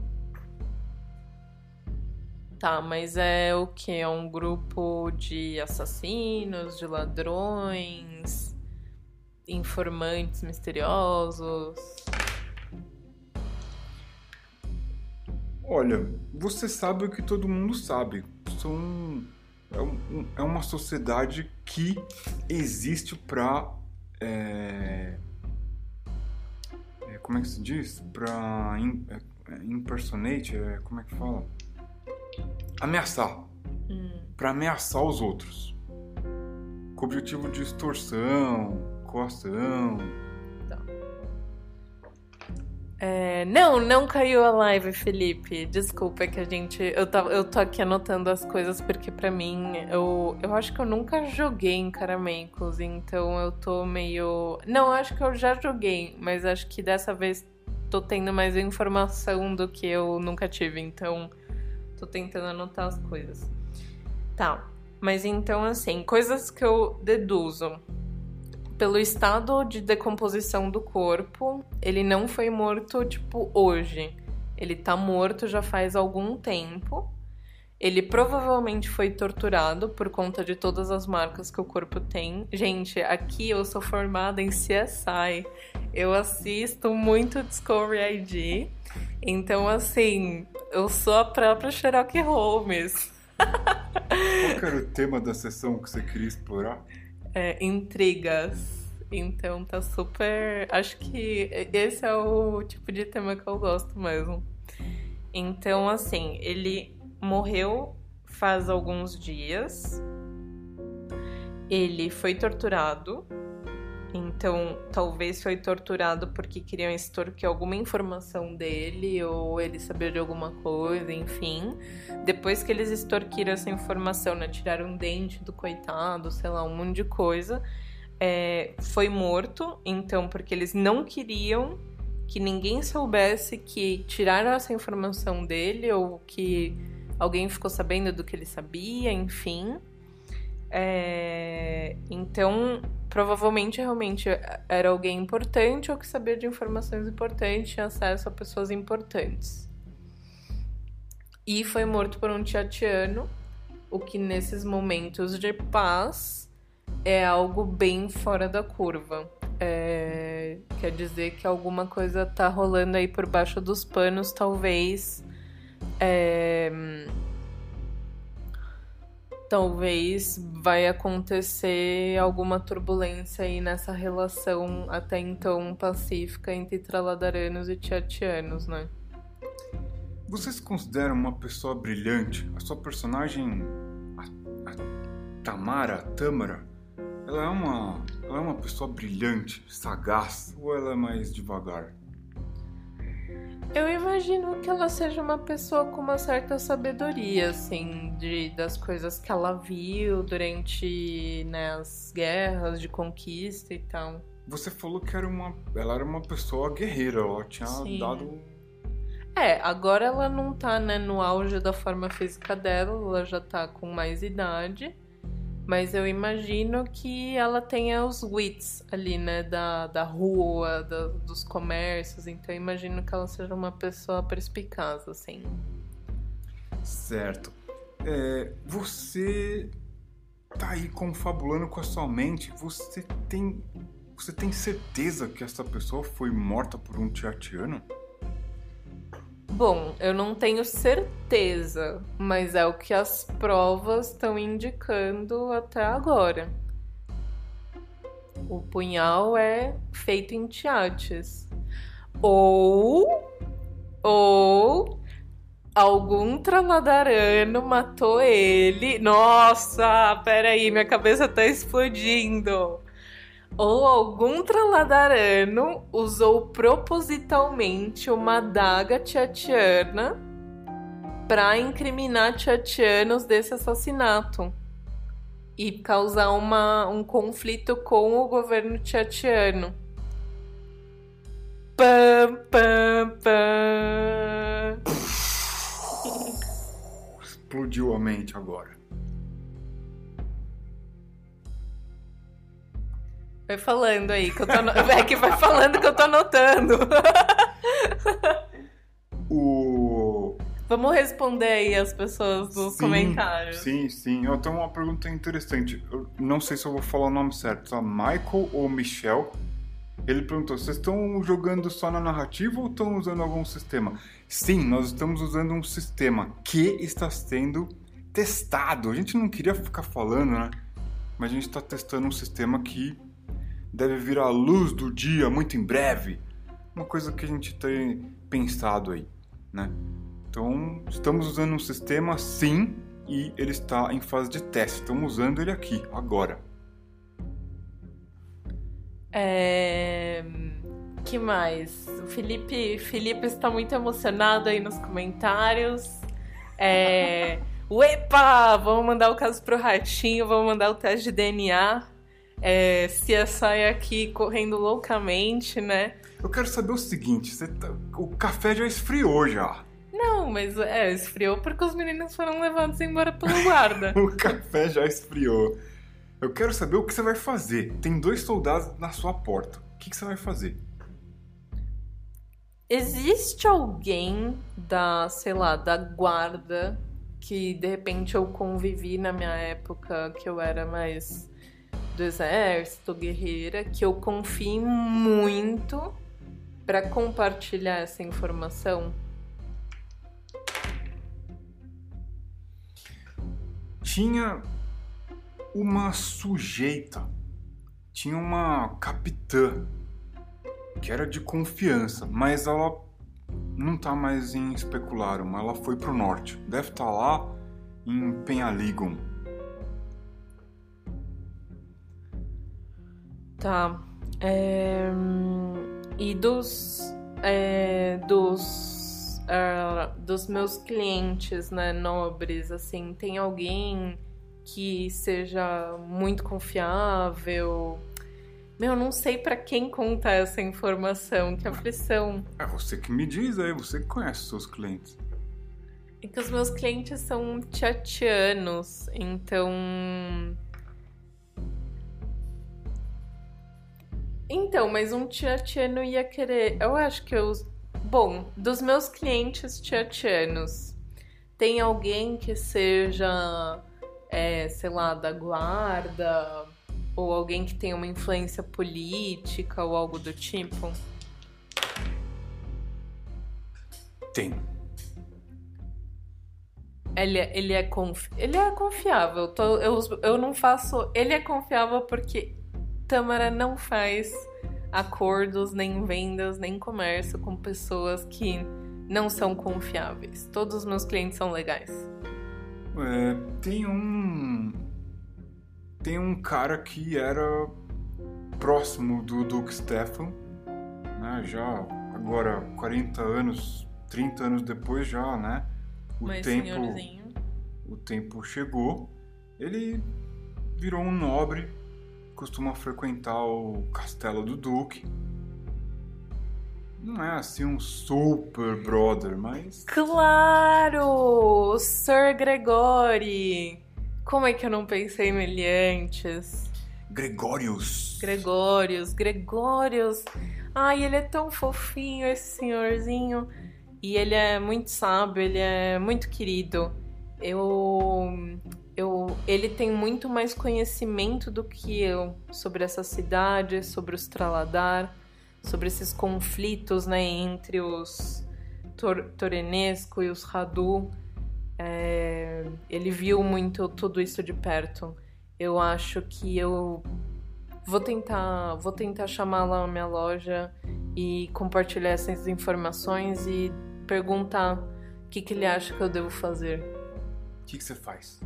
Tá, mas é o que? É um grupo de assassinos, de ladrões, informantes misteriosos? Olha, você sabe o que todo mundo sabe. São, é, um, é uma sociedade que existe para... É, é, como é que se diz? Para é, impersonate, é, como é que fala? Ameaçar. Hum. Para ameaçar os outros. Com o objetivo de extorsão, coação. Tá. É, não, não caiu a live, Felipe. Desculpa, é que a gente... Eu, tá, eu tô aqui anotando as coisas porque pra mim... Eu, eu acho que eu nunca joguei em Carameicos, então eu tô meio... Não, eu acho que eu já joguei, mas acho que dessa vez tô tendo mais informação do que eu nunca tive, então tô tentando anotar as coisas. Tá, mas então assim, coisas que eu deduzo. Pelo estado de decomposição do corpo, ele não foi morto, tipo, hoje. Ele tá morto já faz algum tempo. Ele provavelmente foi torturado por conta de todas as marcas que o corpo tem. Gente, aqui eu sou formada em C S I. Eu assisto muito Discovery I D. Então, assim, eu sou a própria Sherlock Holmes. Qual que era o tema da sessão que você queria explorar? É, intrigas. Então tá super... Acho que esse é o tipo de tema que eu gosto mesmo. Então, assim, ele morreu faz alguns dias. Ele foi torturado. Então, talvez foi torturado porque queriam extorquir alguma informação dele, ou ele sabia de alguma coisa, enfim. Depois que eles extorquiram essa informação, né, tiraram um dente do coitado, sei lá, um monte de coisa, é, foi morto, então, porque eles não queriam que ninguém soubesse que tiraram essa informação dele, ou que alguém ficou sabendo do que ele sabia, enfim. É, então, provavelmente, realmente era alguém importante ou que sabia de informações importantes, tinha acesso a pessoas importantes. E foi morto por um Tiatiano, o que nesses momentos de paz é algo bem fora da curva. É, quer dizer que alguma coisa tá rolando aí por baixo dos panos, talvez... É, Talvez vai acontecer alguma turbulência aí nessa relação até então pacífica entre Traladaranos e Tiatianos, né? Você se considera uma pessoa brilhante? A sua personagem, a, a Tamara, a Tâmara, ela é uma, ela é uma pessoa brilhante, sagaz, ou ela é mais devagar? Eu imagino que ela seja uma pessoa com uma certa sabedoria, assim, de, das coisas que ela viu durante, né, as guerras de conquista e tal. Você falou que era uma, ela era uma pessoa guerreira, ela tinha Sim. dado... É, agora ela não tá, né, no auge da forma física dela, ela já tá com mais idade. Mas eu imagino que ela tenha os wits ali, né, da, da rua, da, dos comércios. Então eu imagino que ela seja uma pessoa perspicaz, assim. Certo. É, você tá aí confabulando com a sua mente. Você tem, você tem certeza que essa pessoa foi morta por um Tiatiano? Bom, eu não tenho certeza, mas é o que as provas estão indicando até agora. O punhal é feito em Tiates. Ou... Ou... Algum Traladarano matou ele. Nossa, peraí, minha cabeça tá explodindo. Ou algum Traladarano usou propositalmente uma adaga tiatiana para incriminar tiatianos desse assassinato e causar uma, um conflito com o governo tiatiano. Pam, pam, pam. Explodiu a mente agora. Vai falando aí, que eu tô no... é que vai falando que eu tô anotando. O... Vamos responder aí as pessoas nos sim, comentários. Sim, sim. Eu tenho uma pergunta interessante. Eu não sei se eu vou falar o nome certo, tá? Michael ou Michel? Ele perguntou, vocês estão jogando só na narrativa ou estão usando algum sistema? Sim, nós estamos usando um sistema que está sendo testado. A gente não queria ficar falando, né? Mas a gente está testando um sistema que deve vir à luz do dia muito em breve. Uma coisa que a gente tem pensado aí, né? Então, estamos usando um sistema, sim, e ele está em fase de teste. Estamos usando ele aqui, agora. É... que mais? O Felipe, Felipe está muito emocionado aí nos comentários. É... Uepa! Vamos mandar o caso pro Ratinho, vamos mandar o teste de D N A. É, C S I aqui correndo loucamente, né? Eu quero saber o seguinte, você tá... o café já esfriou já. Não, mas é, esfriou porque os meninos foram levados embora pelo guarda. O café já esfriou. Eu quero saber o que você vai fazer. Tem dois soldados na sua porta. O que, que você vai fazer? Existe alguém da, sei lá, da guarda que de repente eu convivi na minha época que eu era mais do exército, guerreira, que eu confio muito pra compartilhar essa informação? Tinha uma sujeita, tinha uma capitã que era de confiança, mas ela não tá mais em Specularum, ela foi pro norte, deve estar lá em Penhaligon. Tá. É... E dos é... dos uh, dos meus clientes, né, nobres, assim, tem alguém que seja muito confiável? Meu, não sei pra quem contar essa informação, que aflição. É você que me diz aí, você que conhece os seus clientes. É que os meus clientes são tchatianos, então... Então, mas um tchatiano ia querer... Eu acho que eu... Bom, dos meus clientes tchatianos, tem alguém que seja, é, sei lá, da guarda... Ou alguém que tenha uma influência política ou algo do tipo? Tem. Ele, ele, é, confi... ele é confiável. Tô, eu, eu não faço... Ele é confiável porque Tâmara não faz acordos, nem vendas, nem comércio com pessoas que não são confiáveis. Todos os meus clientes são legais. É, tem um... Tem um cara que era próximo do Duque Stefan, né? Já agora quarenta anos, trinta anos depois já, né? O Mas tempo, senhorzinho. o tempo chegou. Ele virou um nobre, costuma frequentar o castelo do Duque. Não é assim um super brother, mas... Claro! Sir Gregory! Como é que eu não pensei nele antes? Gregórios. Gregórios, Gregórios. Ai, ele é tão fofinho, esse senhorzinho. E ele é muito sábio, ele é muito querido. Eu, eu, ele tem muito mais conhecimento do que eu sobre essa cidade, sobre os Traladar, sobre esses conflitos, né, entre os Tor- Torenesco e os Radu. É, ele viu muito tudo isso de perto. Eu acho que eu vou tentar, vou tentar chamá-la na minha loja e compartilhar essas informações e perguntar o que, que ele acha que eu devo fazer. O que, que você faz?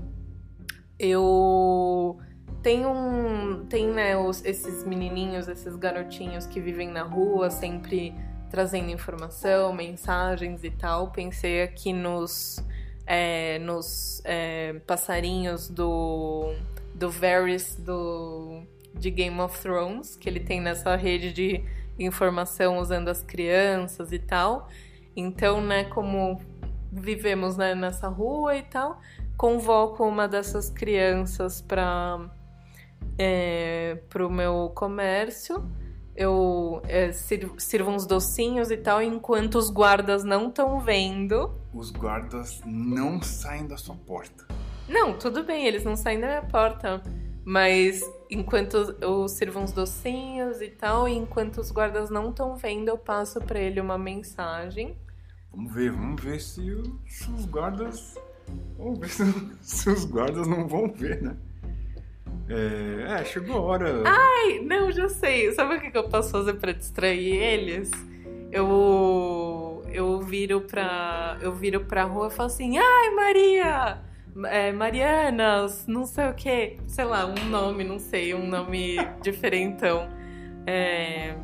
Eu tenho um, tem, né, os, esses menininhos, esses garotinhos que vivem na rua, sempre trazendo informação, mensagens e tal. Pensei aqui nos É, nos é, passarinhos do, do Varys do, de Game of Thrones, que ele tem nessa rede de informação usando as crianças e tal. Então, né, como vivemos, né, nessa rua e tal, convoco uma dessas crianças para é, pro meu comércio. Eu é, sirvo, sirvo uns docinhos e tal, enquanto os guardas não estão vendo. Os guardas não saem da sua porta. Não, tudo bem, eles não saem da minha porta. Mas enquanto eu sirvo uns docinhos e tal, e enquanto os guardas não estão vendo, eu passo pra ele uma mensagem. Vamos ver, vamos ver se, o, se os guardas... Vamos ver se, se os guardas não vão ver, né? É, é, chegou a hora. Ai, não, já sei. Sabe o que eu posso fazer pra distrair eles? Eu, eu viro pra, eu viro pra rua e falo assim, ai, Maria, é, Marianas, não sei o que, sei lá, um nome, não sei, um nome diferentão. É...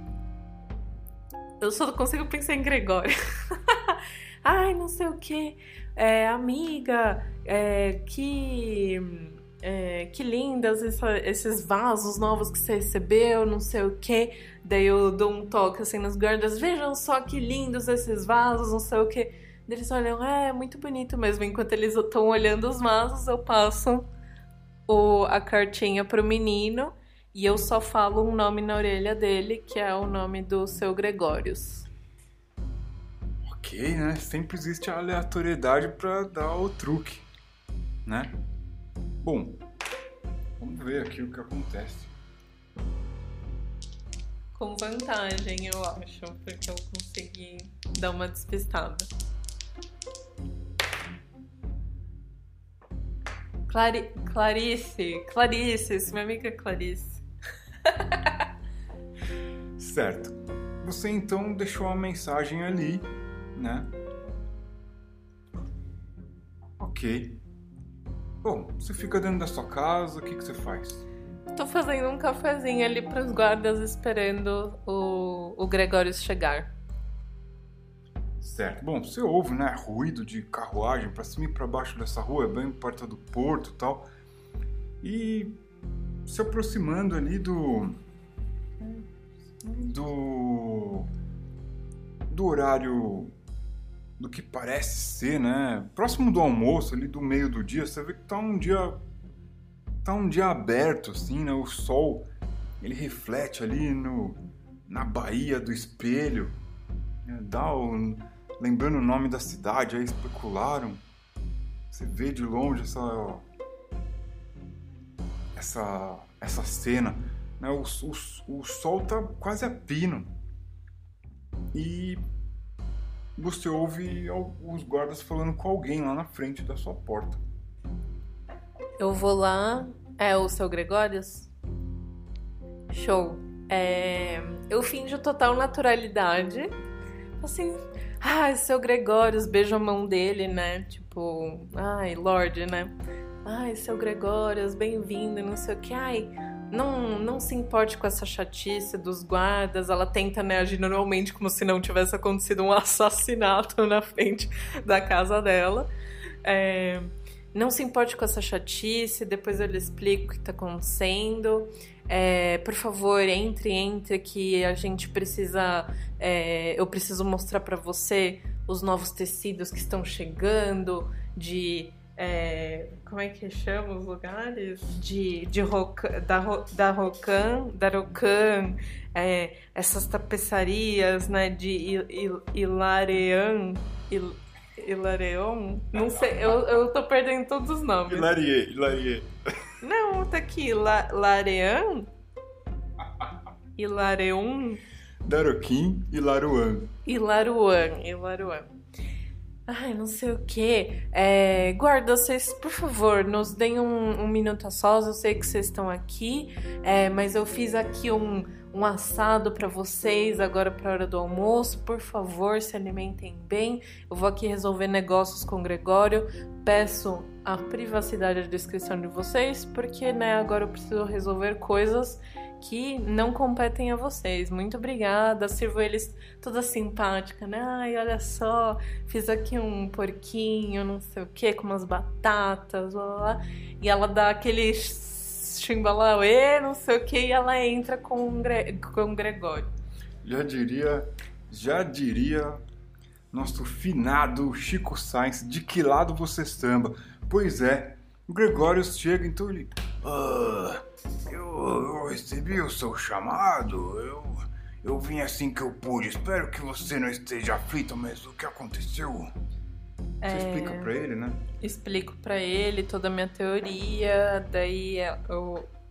Eu só consigo pensar em Gregório. Ai, não sei o que, é, amiga, é, que... É, que lindas essa, esses vasos novos que você recebeu, não sei o que. Daí eu dou um toque assim nos guardas, vejam só que lindos esses vasos, não sei o que. Eles olham, é, muito bonito mesmo. Enquanto eles estão olhando os vasos, eu passo o, a cartinha pro menino e eu só falo um nome na orelha dele, que é o nome do seu Gregórios. Ok, né? Sempre existe a aleatoriedade pra dar o truque, né? Bom, vamos ver aqui o que acontece. Com vantagem, eu acho, porque eu consegui dar uma despistada. Clari... Clarice, Clarice, esse minha amiga Clarice. Certo. Você então deixou uma mensagem ali, né? Ok. Bom, você fica dentro da sua casa, o que, que você faz? Tô fazendo um cafezinho ali pros guardas esperando o, o Gregório chegar. Certo. Bom, você ouve, né, ruído de carruagem pra cima e pra baixo dessa rua, bem perto do porto e tal. E se aproximando ali do... Do... Do horário... do que parece ser, né? Próximo do almoço, ali do meio do dia, você vê que tá um dia... Tá um dia aberto, assim, né? O sol, ele reflete ali no, na baía do espelho. Né? Dá o, lembrando o nome da cidade, aí especularam. Você vê de longe essa... Essa, essa cena. Né? O, o, o sol tá quase a pino. E... você ouve os guardas falando com alguém lá na frente da sua porta. Eu vou lá... É o seu Gregórios? Show. É... Eu finjo total naturalidade. Assim... Ai, seu Gregórios, beijo a mão dele, né? Tipo... Ai, Lorde, né? Ai, seu Gregórios, bem-vindo, não sei o que. Ai... Não, não se importe com essa chatice dos guardas. Ela tenta, né, agir normalmente como se não tivesse acontecido um assassinato na frente da casa dela. É, não se importe com essa chatice. Depois eu lhe explico o que está acontecendo. É, por favor, entre, entre que a gente precisa... É, eu preciso mostrar para você os novos tecidos que estão chegando de... É, como é que chama os lugares? De, de Rocan, da, da Rocan, da Rocan, é, essas tapeçarias, né, de Il, Il, Ilarean, Il, Ilareon, não sei, eu, eu tô perdendo todos os nomes. Ilarie, Ilarie. Não, tá aqui, La, Larean, Ilareum, Daroquim e Laruan. Ilaruan, Ilaruan. Ai, não sei o que. É, guarda, vocês, por favor, nos deem um, um minuto a sós. Eu sei que vocês estão aqui, é, mas eu fiz aqui um, um assado pra vocês agora pra hora do almoço. Por favor, se alimentem bem. Eu vou aqui resolver negócios com o Gregório. Peço a privacidade da descrição de vocês, porque, né, agora eu preciso resolver coisas que não competem a vocês. Muito obrigada, sirvo eles toda simpática, né? Ai, olha só, fiz aqui um porquinho, não sei o que, com umas batatas, blá, blá, blá. E ela dá aquele chimbalauê, não sei o que, e ela entra com o Gre- com o Gregório. Já diria, já diria nosso finado Chico Sainz, de que lado você samba? Pois é, o Gregório chega, então ele... Ah, eu, eu recebi o seu chamado, eu, eu vim assim que eu pude, espero que você não esteja aflito, mas o que aconteceu? Você É... explica pra ele, né? Explico pra ele toda a minha teoria, daí eu,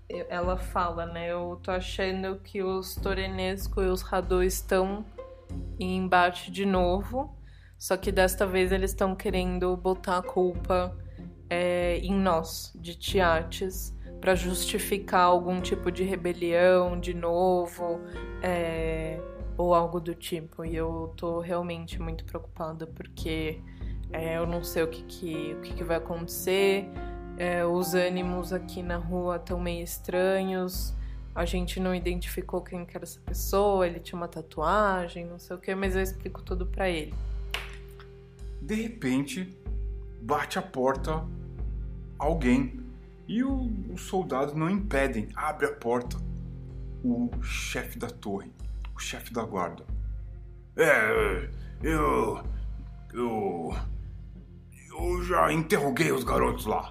ela fala, né? Eu tô achando que os Torenesco e os Hadô estão em embate de novo, só que desta vez eles estão querendo botar a culpa é, em nós, de Tiates, para justificar algum tipo de rebelião de novo, é, ou algo do tipo. E eu tô realmente muito preocupada porque é, eu não sei o que, que, o que, que vai acontecer. É, os ânimos aqui na rua estão meio estranhos. A gente não identificou quem que era essa pessoa. Ele tinha uma tatuagem, não sei o que, mas eu explico tudo pra ele. De repente, bate a porta alguém e o, os soldados não impedem. Abre a porta o chefe da torre, o chefe da guarda. É, eu... eu... eu já interroguei os garotos lá.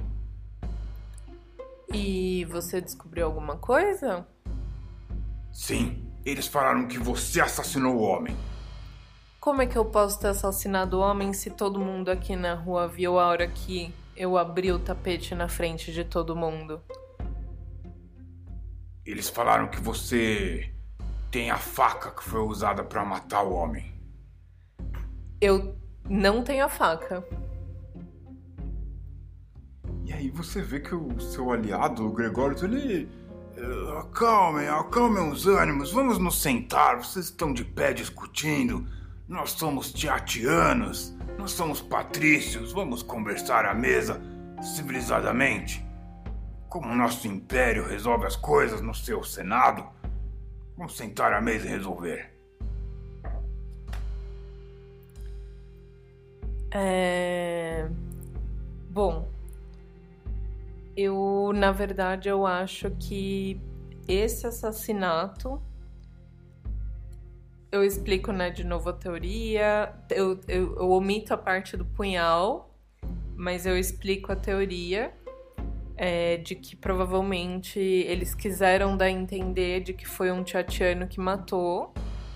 E você descobriu alguma coisa? Sim, eles falaram que você assassinou o homem. Como é que eu posso ter assassinado o homem se todo mundo aqui na rua viu a hora que eu abri o tapete na frente de todo mundo? Eles falaram que você tem a faca que foi usada pra matar o homem. Eu não tenho a faca. E aí você vê que o seu aliado, o Gregório, ele... Acalmem, acalmem os ânimos, vamos nos sentar, vocês estão de pé discutindo. Nós somos tiatianos, nós somos patrícios, vamos conversar à mesa civilizadamente. Como o nosso império resolve as coisas no seu senado, vamos sentar à mesa e resolver. É... Bom... Eu, na verdade, eu acho que esse assassinato... Eu explico, né, de novo a teoria. Eu, eu, eu omito a parte do punhal, mas eu explico a teoria é, de que provavelmente eles quiseram dar a entender de que foi um tiatiano que matou.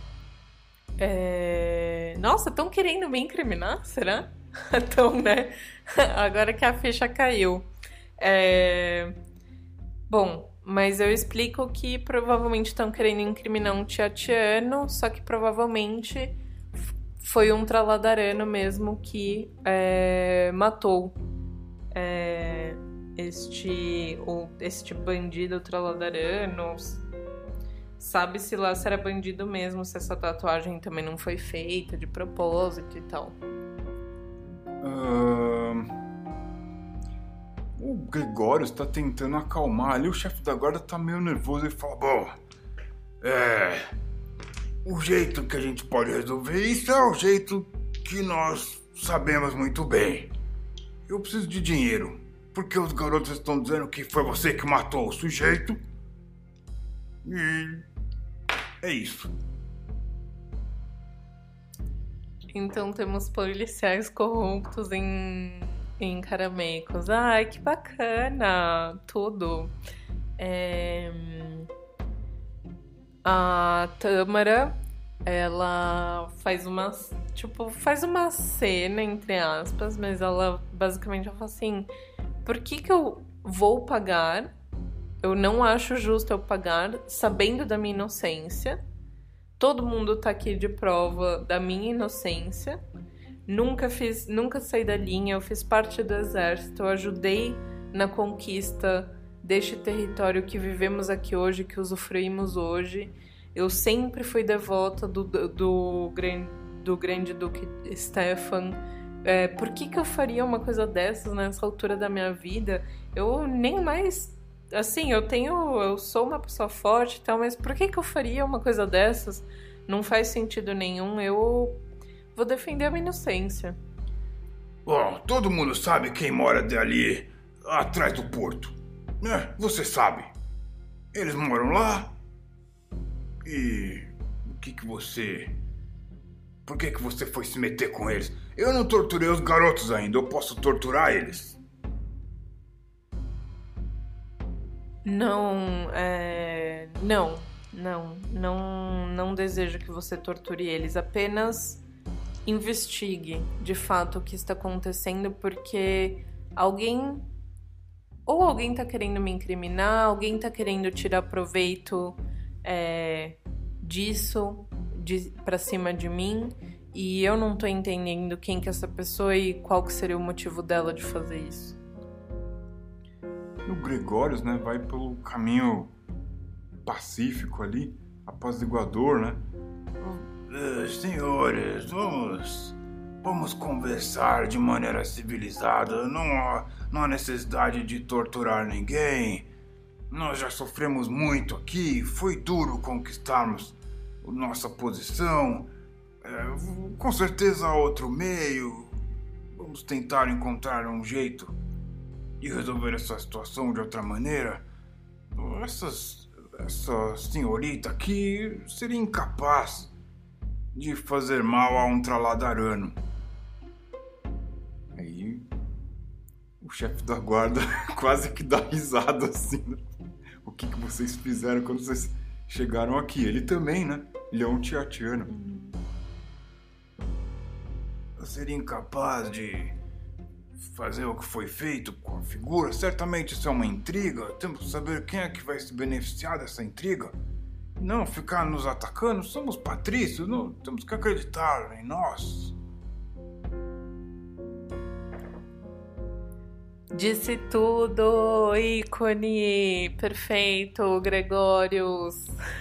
É... Nossa, estão querendo me incriminar? Será? Então, né? Agora que a ficha caiu. É... Bom, mas eu explico que provavelmente estão querendo incriminar um tiatiano, só que provavelmente foi um traladarano mesmo que é, matou é, este, o, este bandido traladarano. Sabe-se lá se era bandido mesmo, se essa tatuagem também não foi feita de propósito e tal. Uh... O Gregório está tentando acalmar ali, o chefe da guarda tá meio nervoso e fala, bom, é... o jeito que a gente pode resolver isso é o jeito que nós sabemos muito bem. Eu preciso de dinheiro, porque os garotos estão dizendo que foi você que matou o sujeito. E... é isso. Então temos policiais corruptos em... em Carameicos. Ai, que bacana! Tudo. É... A Tâmara, ela faz uma... Tipo, faz uma cena, entre aspas, mas ela basicamente ela fala assim, por que que eu vou pagar? Eu não acho justo eu pagar, sabendo da minha inocência. Todo mundo tá aqui de prova da minha inocência. Nunca fiz, nunca saí da linha, eu fiz parte do exército, eu ajudei na conquista deste território que vivemos aqui hoje, que usufruímos hoje. Eu sempre fui devota do, do, do, do grande duque Stefan. É, por que que eu faria uma coisa dessas nessa altura da minha vida? Eu nem mais... Assim, eu tenho... Eu sou uma pessoa forte e tal, mas por que que eu faria uma coisa dessas? Não faz sentido nenhum, eu... Vou defender a minha inocência. Bom, todo mundo sabe quem mora ali atrás do porto. Né? Você sabe. Eles moram lá. E o que que você... Por que que você foi se meter com eles? Eu não torturei os garotos ainda. Eu posso torturar eles? Não, é... Não, não. Não, não desejo que você torture eles. Apenas... investigue de fato o que está acontecendo, porque alguém ou alguém tá querendo me incriminar, alguém tá querendo tirar proveito é, disso de, pra cima de mim, e eu não tô entendendo quem que é essa pessoa e qual que seria o motivo dela de fazer isso. O Gregórios, né, vai pelo caminho pacífico ali, apaziguador, né? Uh, senhores, vamos, vamos conversar de maneira civilizada. Não há, não há necessidade de torturar ninguém. Nós já sofremos muito aqui. Foi duro conquistarmos nossa posição. É, com certeza há outro meio. Vamos tentar encontrar um jeito de resolver essa situação de outra maneira. Essas, essa senhorita aqui seria incapaz de fazer mal a um traladarano. Aí o chefe da guarda quase que dá risada assim, né? O que, que vocês fizeram quando vocês chegaram aqui? Ele também, né? Ele é um tiatiano. Eu seria incapaz de fazer o que foi feito com a figura? Certamente isso é uma intriga. Temos que saber quem é que vai se beneficiar dessa intriga. Não ficar nos atacando. Somos patrícios, não, temos que acreditar em nós. Disse tudo, ícone, perfeito, Gregórios.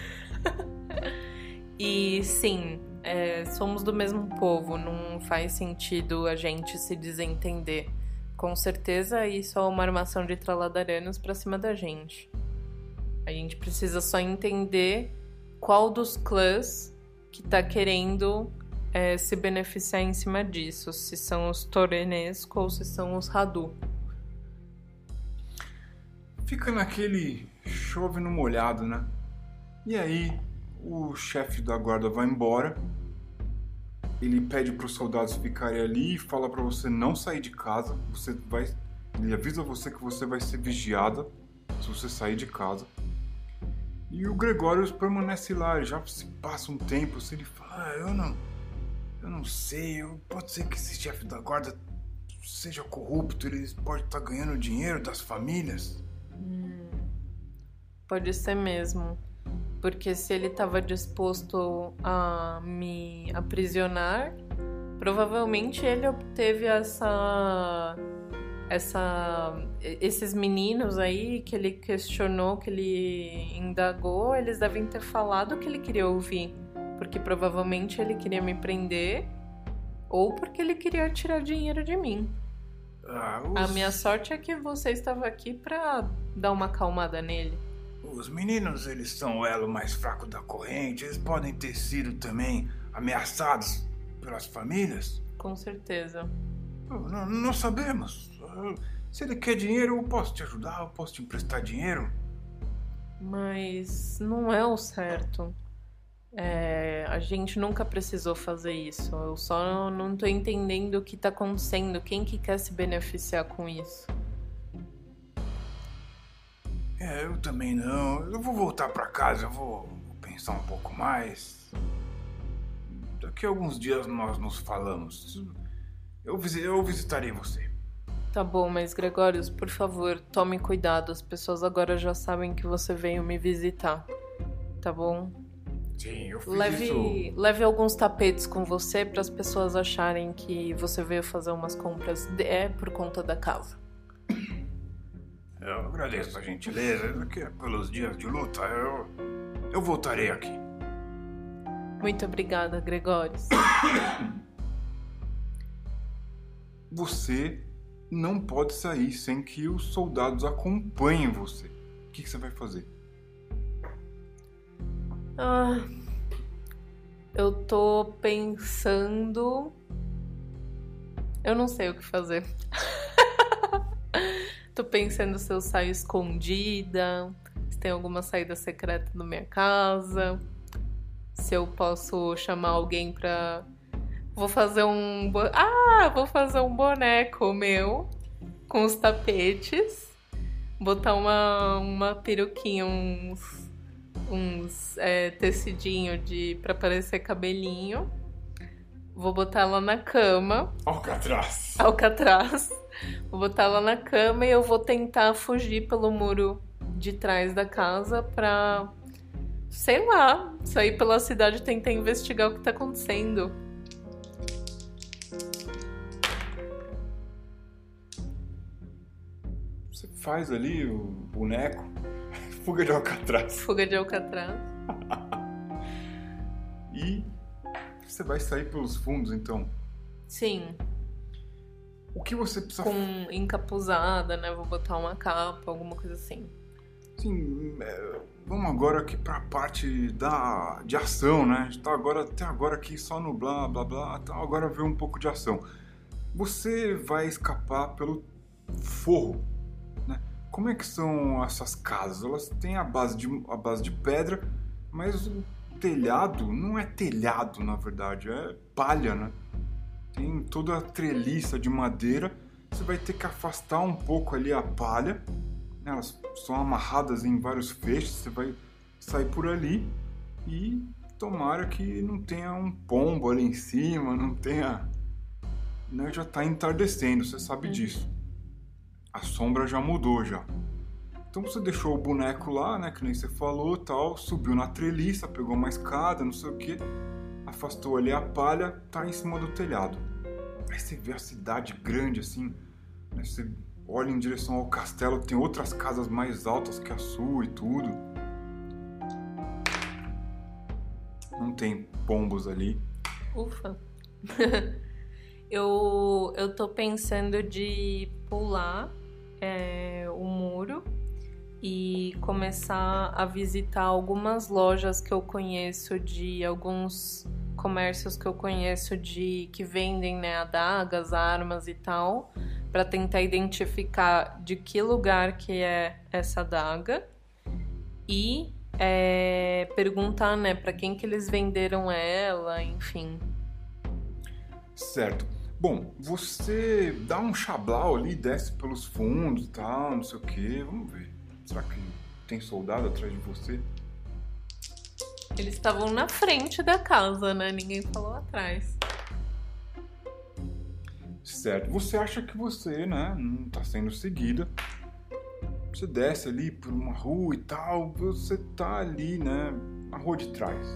E sim, é, somos do mesmo povo, não faz sentido a gente se desentender. Com certeza isso é uma armação de traladaranos pra cima da gente. A gente precisa só entender qual dos clãs que tá querendo é, se beneficiar em cima disso. Se são os Torenesco ou se são os Radu. Fica naquele chove no molhado, né? E aí o chefe da guarda vai embora. Ele pede para os soldados ficarem ali e fala para você não sair de casa. Você vai, ele avisa você que você vai ser vigiada se você sair de casa. E o Gregórios permanece lá. Já se passa um tempo, assim, ele fala: ah, eu não, eu não sei. Eu, pode ser que esse chefe da guarda seja corrupto. Ele pode estar ganhando dinheiro das famílias. Hum, pode ser mesmo. Porque se ele estava disposto a me aprisionar, provavelmente ele obteve essa, essa, esses meninos aí que ele questionou, que ele indagou, eles devem ter falado o que ele queria ouvir. Porque provavelmente ele queria me prender ou porque ele queria tirar dinheiro de mim. Ah, os... A minha sorte é que você estava aqui para dar uma acalmada nele. Os meninos, eles são o elo mais fraco da corrente. Eles podem ter sido também ameaçados pelas famílias. Com certeza. Não, não sabemos. Se ele quer dinheiro, eu posso te ajudar, eu posso te emprestar dinheiro. Mas não é o certo. É, a gente nunca precisou fazer isso. Eu só não tô entendendo o que tá acontecendo. Quem que quer se beneficiar com isso? É, eu também não. Eu vou voltar pra casa, eu vou pensar um pouco mais. Daqui a alguns dias nós nos falamos. Eu, eu visitarei você. Tá bom, mas Gregórios, por favor, tome cuidado. As pessoas agora já sabem que você veio me visitar. Tá bom? Sim, eu fiz leve, isso. Leve alguns tapetes com você para as pessoas acharem que você veio fazer umas compras de, é por conta da casa. Eu agradeço a gentileza, que pelos dias de luta eu, eu voltarei aqui. Muito obrigada, Gregórios. Você não pode sair sem que os soldados acompanhem você. O que, que você vai fazer? Ah, eu tô pensando... Eu não sei o que fazer. Tô pensando se eu saio escondida, se tem alguma saída secreta na minha casa, se eu posso chamar alguém pra... Vou fazer um... Bo... Ah, vou fazer um boneco meu com os tapetes, botar uma, uma peruquinha, uns, uns é, tecidinho de, pra parecer cabelinho. Vou botar ela na cama. Alcatraz. Alcatraz. Vou botar ela na cama e eu vou tentar fugir pelo muro de trás da casa pra, sei lá, sair pela cidade e tentar investigar o que tá acontecendo. Você faz ali o boneco. Fuga de Alcatraz. Fuga de Alcatraz. E você vai sair pelos fundos, então? Sim. O que você precisa... Com encapuzada, né? Vou botar uma capa, alguma coisa assim. Sim, é, vamos agora aqui pra parte da, de ação, né? A gente tá agora, até agora aqui só no blá, blá, blá. Então agora ver um pouco de ação. Você vai escapar pelo forro, né? Como é que são essas casas? Elas têm a base de, a base de pedra, mas o telhado não é telhado, na verdade, é palha, né? Tem toda a treliça de madeira. Você vai ter que afastar um pouco ali a palha. Elas são amarradas em vários feixes. Você vai sair por ali e tomara que não tenha um pombo ali em cima, não tenha... Né? Já está entardecendo, você sabe disso. A sombra já mudou já. Então você deixou o boneco lá, né, que nem você falou, tal, subiu na treliça, pegou uma escada, não sei o que, afastou ali a palha, tá em cima do telhado. Aí você vê a cidade grande assim, né, você olha em direção ao castelo, tem outras casas mais altas que a sua e tudo. Não tem pombos ali. Ufa. eu, eu tô pensando de pular é, o muro e começar a visitar algumas lojas que eu conheço, de alguns comércios que eu conheço de que vendem, né, adagas, armas e tal, para tentar identificar de que lugar que é essa adaga e é, perguntar, né, para quem que eles venderam ela, enfim. Certo. Bom, você dá um chablau ali, desce pelos fundos e tal, não sei o que, vamos ver. Será que tem soldado atrás de você? Eles estavam na frente da casa, né? Ninguém falou atrás. Certo. Você acha que você, né, não tá sendo seguida. Você desce ali por uma rua e tal, você tá ali, né, na rua de trás.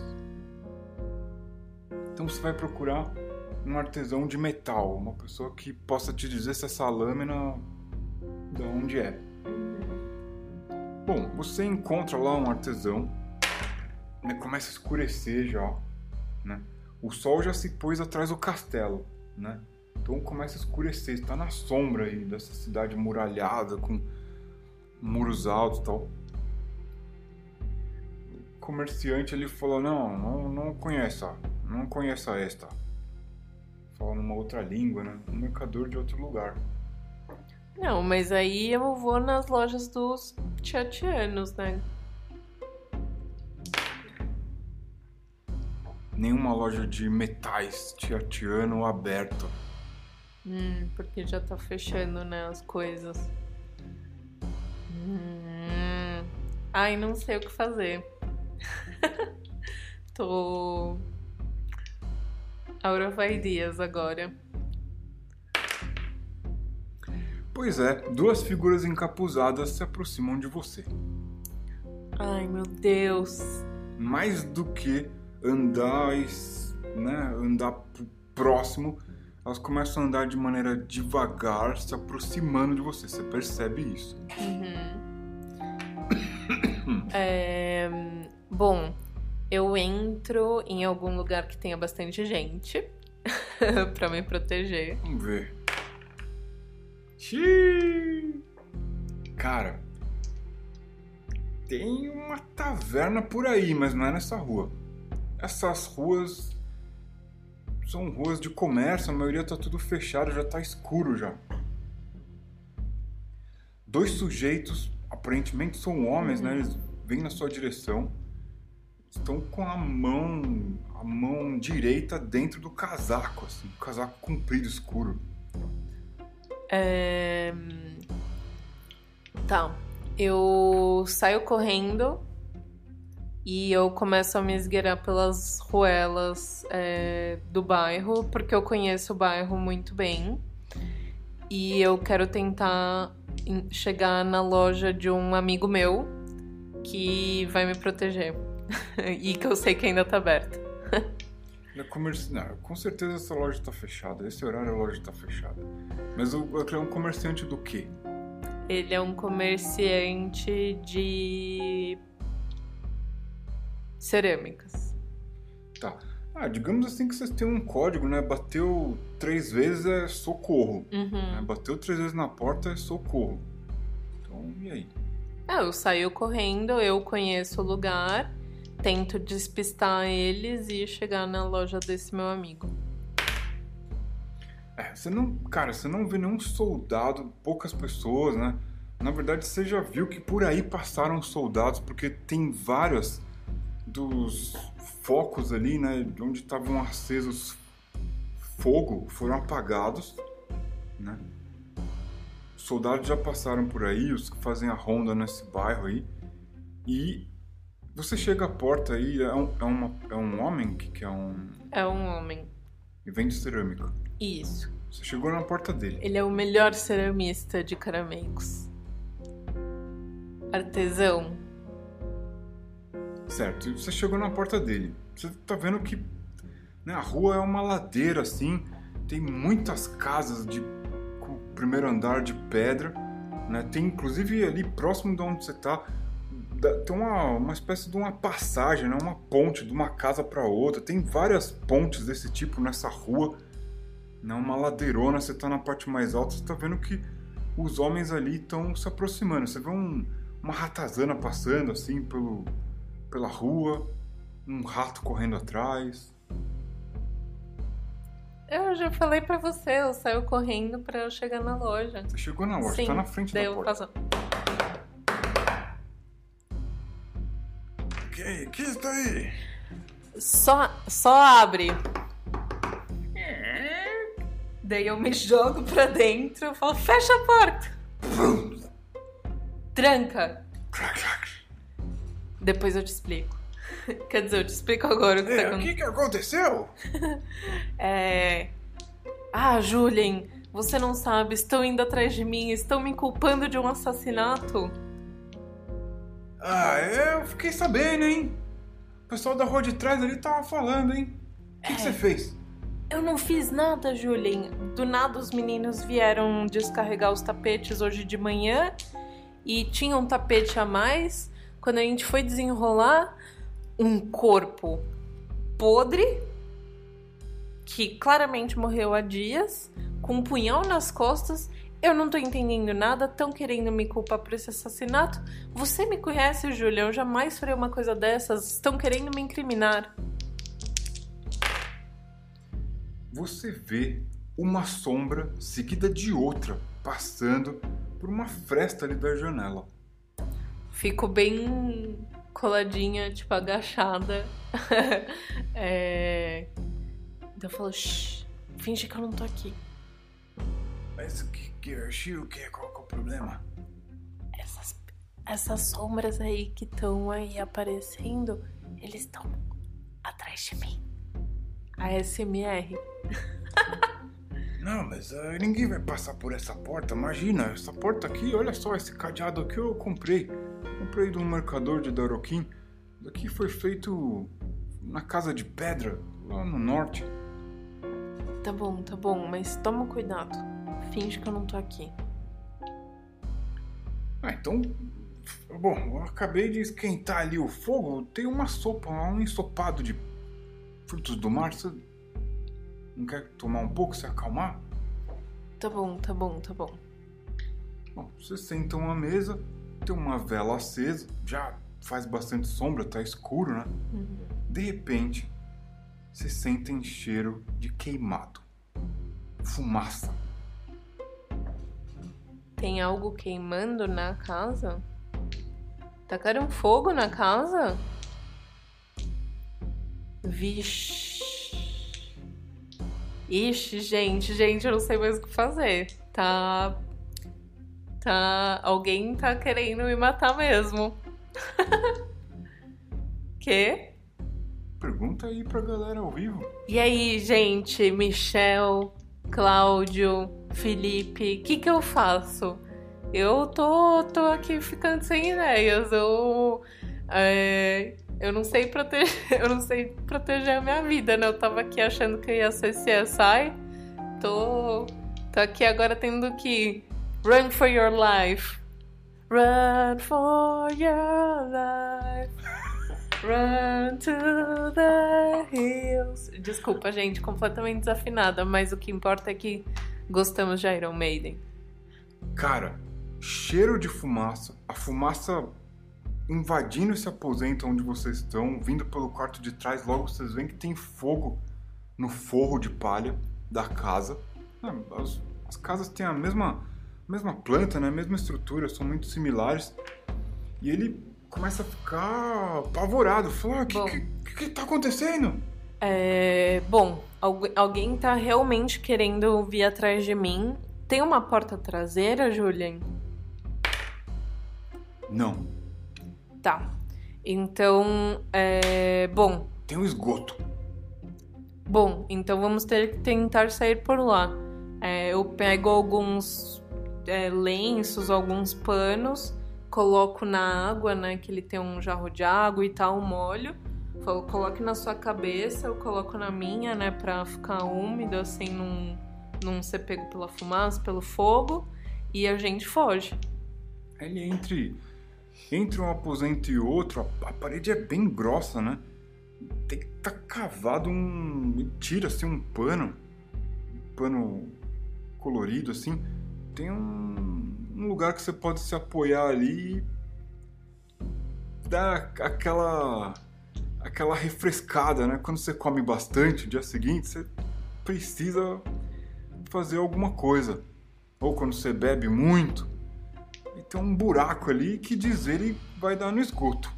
Então você vai procurar um artesão de metal, uma pessoa que possa te dizer se essa lâmina de onde é. Bom, você encontra lá um artesão, né, começa a escurecer já, né? O sol já se pôs atrás do castelo, né? Então começa a escurecer, está na sombra aí dessa cidade muralhada com muros altos e tal. O comerciante ele falou: não, não, não conheça, não conheça esta. Fala numa outra língua, né? Um mercador de outro lugar. Não, mas aí eu vou nas lojas dos tchatianos, né? Nenhuma loja de metais tchatiano aberta. Hum, porque já tá fechando, né, as coisas. Hum. Ai, não sei o que fazer. Tô out of ideas agora. Pois é, duas figuras encapuzadas se aproximam de você. Ai, meu Deus. Mais do que andar, né, andar próximo, elas começam a andar de maneira devagar, se aproximando de você. Você percebe isso. Uhum. é, bom, eu entro em algum lugar que tenha bastante gente pra me proteger. Vamos ver. Xiii. Cara, tem uma taverna por aí, mas não é nessa rua. Essas ruas são ruas de comércio, a maioria tá tudo fechado, já tá escuro já. Dois sujeitos, aparentemente são homens, né? Eles vêm na sua direção. Estão com a mão, a mão direita dentro do casaco, assim, um casaco comprido, escuro. É... Tá, eu saio correndo e eu começo a me esgueirar pelas ruelas é, do bairro, porque eu conheço o bairro muito bem. E eu quero tentar chegar na loja de um amigo meu que vai me proteger. E que eu sei que ainda tá aberta. É comerci... Não, com certeza essa loja tá fechada. Esse horário a loja tá fechada. Mas o é um comerciante do quê? Ele é um comerciante de cerâmicas. Tá. Ah, digamos assim que vocês têm um código, né? Bateu três vezes é socorro. Uhum. Né? Bateu três vezes na porta é socorro. Então, e aí? Ah, eu saio correndo, eu conheço o lugar, tento despistar eles e chegar na loja desse meu amigo. É, você não... Cara, você não vê nenhum soldado, poucas pessoas, né? Na verdade, você já viu que por aí passaram soldados, porque tem vários dos focos ali, né? De onde estavam acesos fogo, foram apagados, né? Os soldados já passaram por aí, os que fazem a ronda nesse bairro aí. E você chega à porta aí, é um, é uma, é um homem que, que é um... É um homem. E vende cerâmica. Isso. Você chegou na porta dele. Ele é o melhor ceramista de Carameicos. Artesão. Certo, e você chegou na porta dele. Você tá vendo que, né, a rua é uma ladeira assim, tem muitas casas de com primeiro andar de pedra, né? Tem inclusive ali próximo de onde você tá, tem uma, uma espécie de uma passagem, né? Uma ponte de uma casa para outra. Tem várias pontes desse tipo nessa rua, né? Uma ladeirona. Você tá na parte mais alta, você tá vendo que os homens ali estão se aproximando. Você vê um, uma ratazana passando assim pelo, pela rua, um rato correndo atrás. Eu já falei pra você, eu saio correndo pra eu chegar na loja. Você chegou na loja, Sim, tá na frente daí da eu porta. faço... Que, que isso aí? Só, só abre. Daí eu me jogo pra dentro, eu falo, fecha a porta. Tranca. Depois eu te explico. Quer dizer, eu te explico agora o que É, tá o acontecendo. que que aconteceu? É... Ah, Julien, você não sabe, estão indo atrás de mim, estão me culpando de um assassinato. Ah, eu fiquei sabendo, hein? O pessoal da rua de trás ali tava falando, hein? O que, É. que você fez? Eu não fiz nada, Julien. Do nada os meninos vieram descarregar os tapetes hoje de manhã e tinha um tapete a mais. Quando a gente foi desenrolar, um corpo podre, que claramente morreu há dias, com um punhal nas costas. Eu não tô entendendo nada, tão querendo me culpar por esse assassinato. Você me conhece, Júlia, eu jamais farei uma coisa dessas. Estão querendo me incriminar. Você vê uma sombra seguida de outra passando por uma fresta ali da janela. Fico bem coladinha, tipo, agachada. é... Então eu falo, shh, finge que eu não tô aqui. Mas o que que é? Shiro, o que? Qual que é o problema? Essas, essas sombras aí que estão aí aparecendo, eles estão atrás de mim. A S M R. Não, mas uh, ninguém vai passar por essa porta. Imagina, essa porta aqui, olha só, esse cadeado aqui eu comprei. Comprei de um mercador de Daroquim. Isso aqui foi feito na casa de pedra, lá no norte. Tá bom, tá bom, mas toma cuidado. Finge que eu não tô aqui. Ah, então... Bom, eu acabei de esquentar ali o fogo. Tem uma sopa, um ensopado de frutos do mar. Você não quer tomar um pouco, se acalmar? Tá bom, tá bom, tá bom. Bom, vocês sentam à mesa, tem uma vela acesa, já faz bastante sombra, tá escuro, né? Uhum. De repente, vocês sentem cheiro de queimado. Fumaça. Tem algo queimando na casa? Tacaram fogo na casa? Vixe. Ixi, gente, gente, eu não sei mais o que fazer. Tá... Tá... Alguém tá querendo me matar mesmo. Quê? Pergunta aí pra galera ao vivo. E aí, gente? Michel, Cláudio, Felipe, o que que eu faço? Eu tô, tô aqui ficando sem ideias. Eu, é, eu não sei proteger, eu não sei proteger a minha vida, né? Eu tava aqui achando que eu ia ser C S I. Tô, tô aqui agora tendo que run for your life. Run for your life. Run to the hills. Desculpa, gente, completamente desafinada, mas o que importa é que gostamos de Iron Maiden. Cara, cheiro de fumaça, a fumaça invadindo esse aposento onde vocês estão, vindo pelo quarto de trás, logo vocês veem que tem fogo no forro de palha da casa. As, as casas têm a mesma, mesma planta, né? A mesma estrutura, são muito similares. E ele começa a ficar apavorado, fala, o que, que, que tá acontecendo? É, bom, alguém tá realmente querendo vir atrás de mim. Tem uma porta traseira, Julian? Não. Tá. Então, é... Bom... Tem um esgoto. Bom, então vamos ter que tentar sair por lá. É, eu pego alguns é, lenços, alguns panos, coloco na água, né, que ele tem um jarro de água e tal, molho. Falo, coloque na sua cabeça, eu coloco na minha, né, pra ficar úmido, assim, não, não ser pego pela fumaça, pelo fogo, e a gente foge. Ele entre, entre um aposento e outro, a, a parede é bem grossa, né? Tem que tá cavado um... Ele tira, assim, um pano, um pano colorido, assim. Tem um, um lugar que você pode se apoiar ali e dar aquela... aquela refrescada, né? Quando você come bastante, no dia seguinte, você precisa fazer alguma coisa. Ou quando você bebe muito, e tem um buraco ali que diz ele vai dar no esgoto.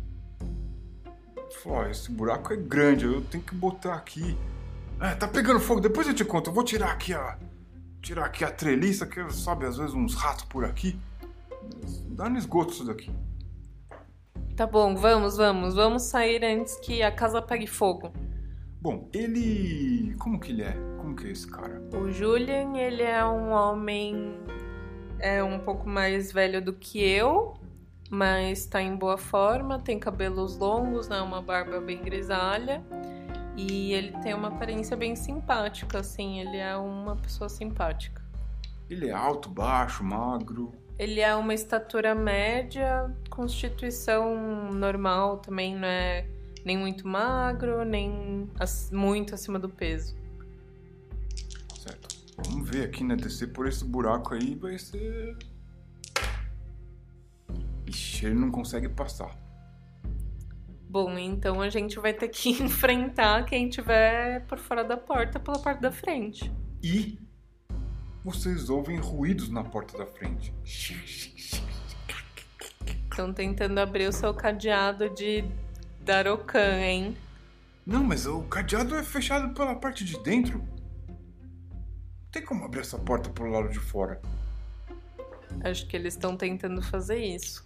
Falou, esse buraco é grande, eu tenho que botar aqui. É, tá pegando fogo, depois eu te conto. Eu vou tirar aqui a... tirar aqui a treliça, que sobe às vezes uns ratos por aqui. Dá no esgoto isso daqui. Tá bom, vamos, vamos. Vamos sair antes que a casa pegue fogo. Bom, ele... Como que ele é? Como que é esse cara? O Julian, ele é um homem é um pouco mais velho do que eu, mas tá em boa forma, tem cabelos longos, né? Uma barba bem grisalha. E ele tem uma aparência bem simpática, assim. Ele é uma pessoa simpática. Ele é alto, baixo, magro... Ele é uma estatura média, constituição normal também, não é nem muito magro, nem muito acima do peso. Certo. Vamos ver aqui, né? Descer por esse buraco aí vai ser... Ixi, ele não consegue passar. Bom, então a gente vai ter que enfrentar quem tiver por fora da porta pela porta da frente. E... vocês ouvem ruídos na porta da frente. Estão tentando abrir o seu cadeado de Darokan, hein? Não, mas o cadeado é fechado pela parte de dentro. Não tem como abrir essa porta pelo lado de fora. Acho que eles estão tentando fazer isso.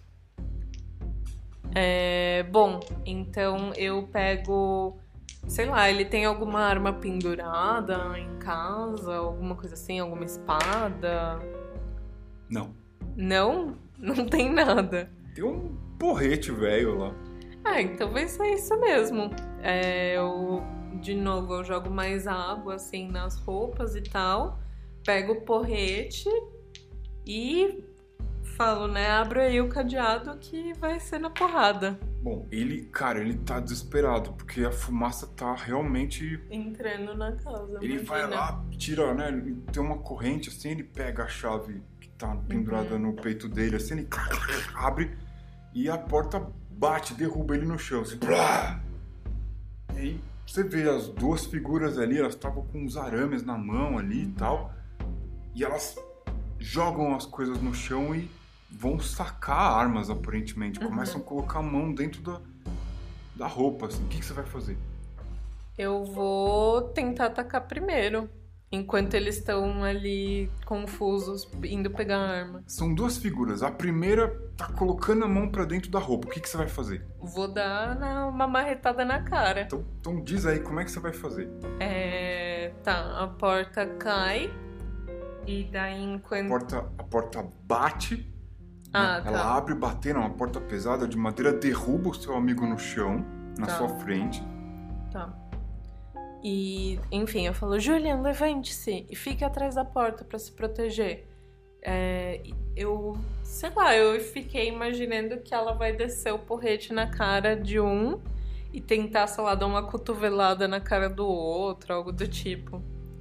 É, bom, então eu pego... Sei lá, ele tem alguma arma pendurada em casa, alguma coisa assim, alguma espada? Não. Não? Não tem nada. Tem um porrete velho lá. Ah, então vai ser isso mesmo. É, eu, de novo, eu jogo mais água assim nas roupas e tal, pego o porrete e falo, né, abro aí o cadeado que vai ser na porrada. Bom, ele, cara, ele tá desesperado, porque a fumaça tá realmente... entrando na casa, ele imagina. vai lá, tira, né, ele tem uma corrente assim, ele pega a chave que tá pendurada uhum. no peito dele, assim, ele abre e a porta bate, derruba ele no chão, assim, blá! E aí você vê as duas figuras ali, elas estavam com uns arames na mão ali e tal, e elas jogam as coisas no chão e vão sacar armas, aparentemente. Uhum. Começam a colocar a mão dentro da, da roupa, assim. O que, que você vai fazer? Eu vou tentar atacar primeiro, enquanto eles estão ali confusos, indo pegar a arma. São duas figuras. A primeira tá colocando a mão pra dentro da roupa. O que, que você vai fazer? Vou dar uma marretada na cara. Então, então diz aí, como é que você vai fazer? É... Tá, a porta cai E daí A enquanto... porta, a porta bate, Ah, né? tá. Ela abre batendo, é uma porta pesada de madeira, derruba o seu amigo no chão, na Tá. sua frente. Tá. E, enfim, eu falo, Julian, levante-se e fique atrás da porta pra se proteger. É, eu, sei lá, eu fiquei imaginando que ela vai descer o porrete na cara de um e tentar, sei lá, dar uma cotovelada na cara do outro, algo do tipo.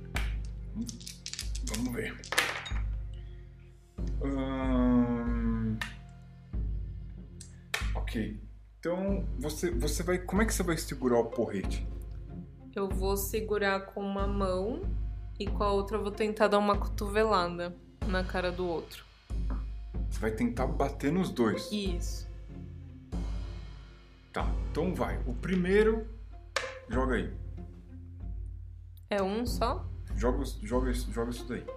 Vamos ver. Hum... Ok. Então, você, você vai... Como é que você vai segurar o porrete? Eu vou segurar com uma mão e com a outra eu vou tentar dar uma cotovelada na cara do outro. Você vai tentar bater nos dois. Isso. Tá, então vai. O primeiro, joga aí. É um só? Joga, joga, joga isso daí.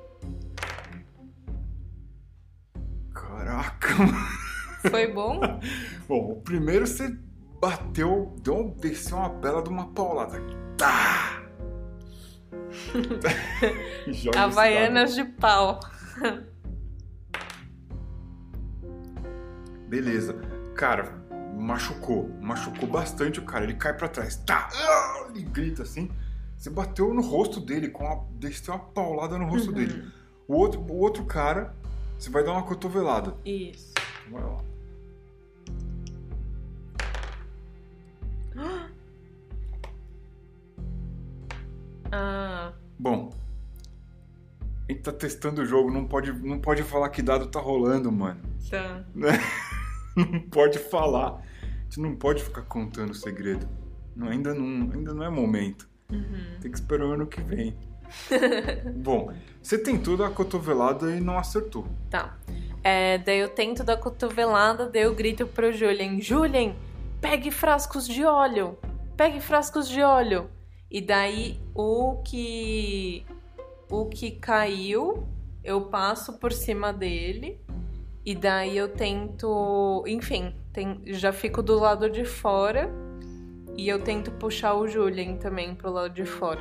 Caraca. Foi bom? Bom, o primeiro você bateu, deu, desceu uma bela de uma paulada. Tá! Joga Havaianas de pau. Beleza. Cara, machucou. Machucou bastante o cara. Ele cai pra trás. Tá! Ele grita assim. Você bateu no rosto dele, com uma, desceu uma paulada no rosto Uhum. dele. O outro, o outro cara, você vai dar uma cotovelada. Isso. Vai lá. Ah, Bom, a gente tá testando o jogo, não pode, não pode falar que dado tá rolando, mano. tá. Não pode falar. A gente não pode ficar contando segredo. Não, ainda, não, ainda não é momento. Uhum. Tem que esperar o ano que vem. Bom, você tentou dar a cotovelada e não acertou. Tá. É, daí eu tento dar cotovelada, daí eu grito pro Julian, Julian, pegue frascos de óleo, pegue frascos de óleo. E daí o que o que caiu, eu passo por cima dele e daí eu tento, enfim, tem, já fico do lado de fora e eu tento puxar o Julian também pro lado de fora.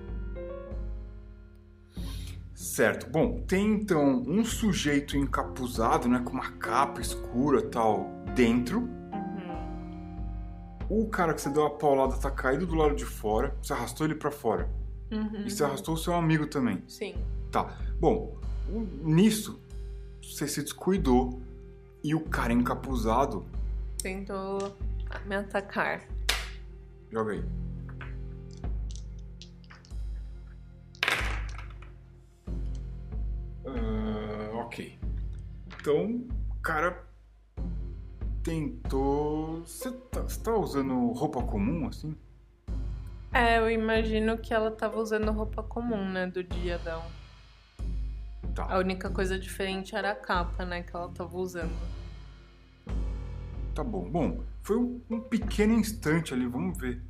Certo. Bom, tem então um sujeito encapuzado, né, com uma capa escura e tal, dentro. Uhum. O cara que você deu a paulada tá caído do lado de fora. Você arrastou ele pra fora. Uhum. E você arrastou o seu amigo também. Sim. Tá. Bom, o- nisso, você se descuidou. E o cara encapuzado... Tentou me atacar. Joga aí. Ah, ok. Então, o cara tentou... Você tá, você tá usando roupa comum, assim? É, eu imagino que ela tava usando roupa comum, né, do dia dela. Tá. A única coisa diferente era a capa, né, que ela tava usando. Tá bom. Bom, foi um, um pequeno instante ali, vamos ver.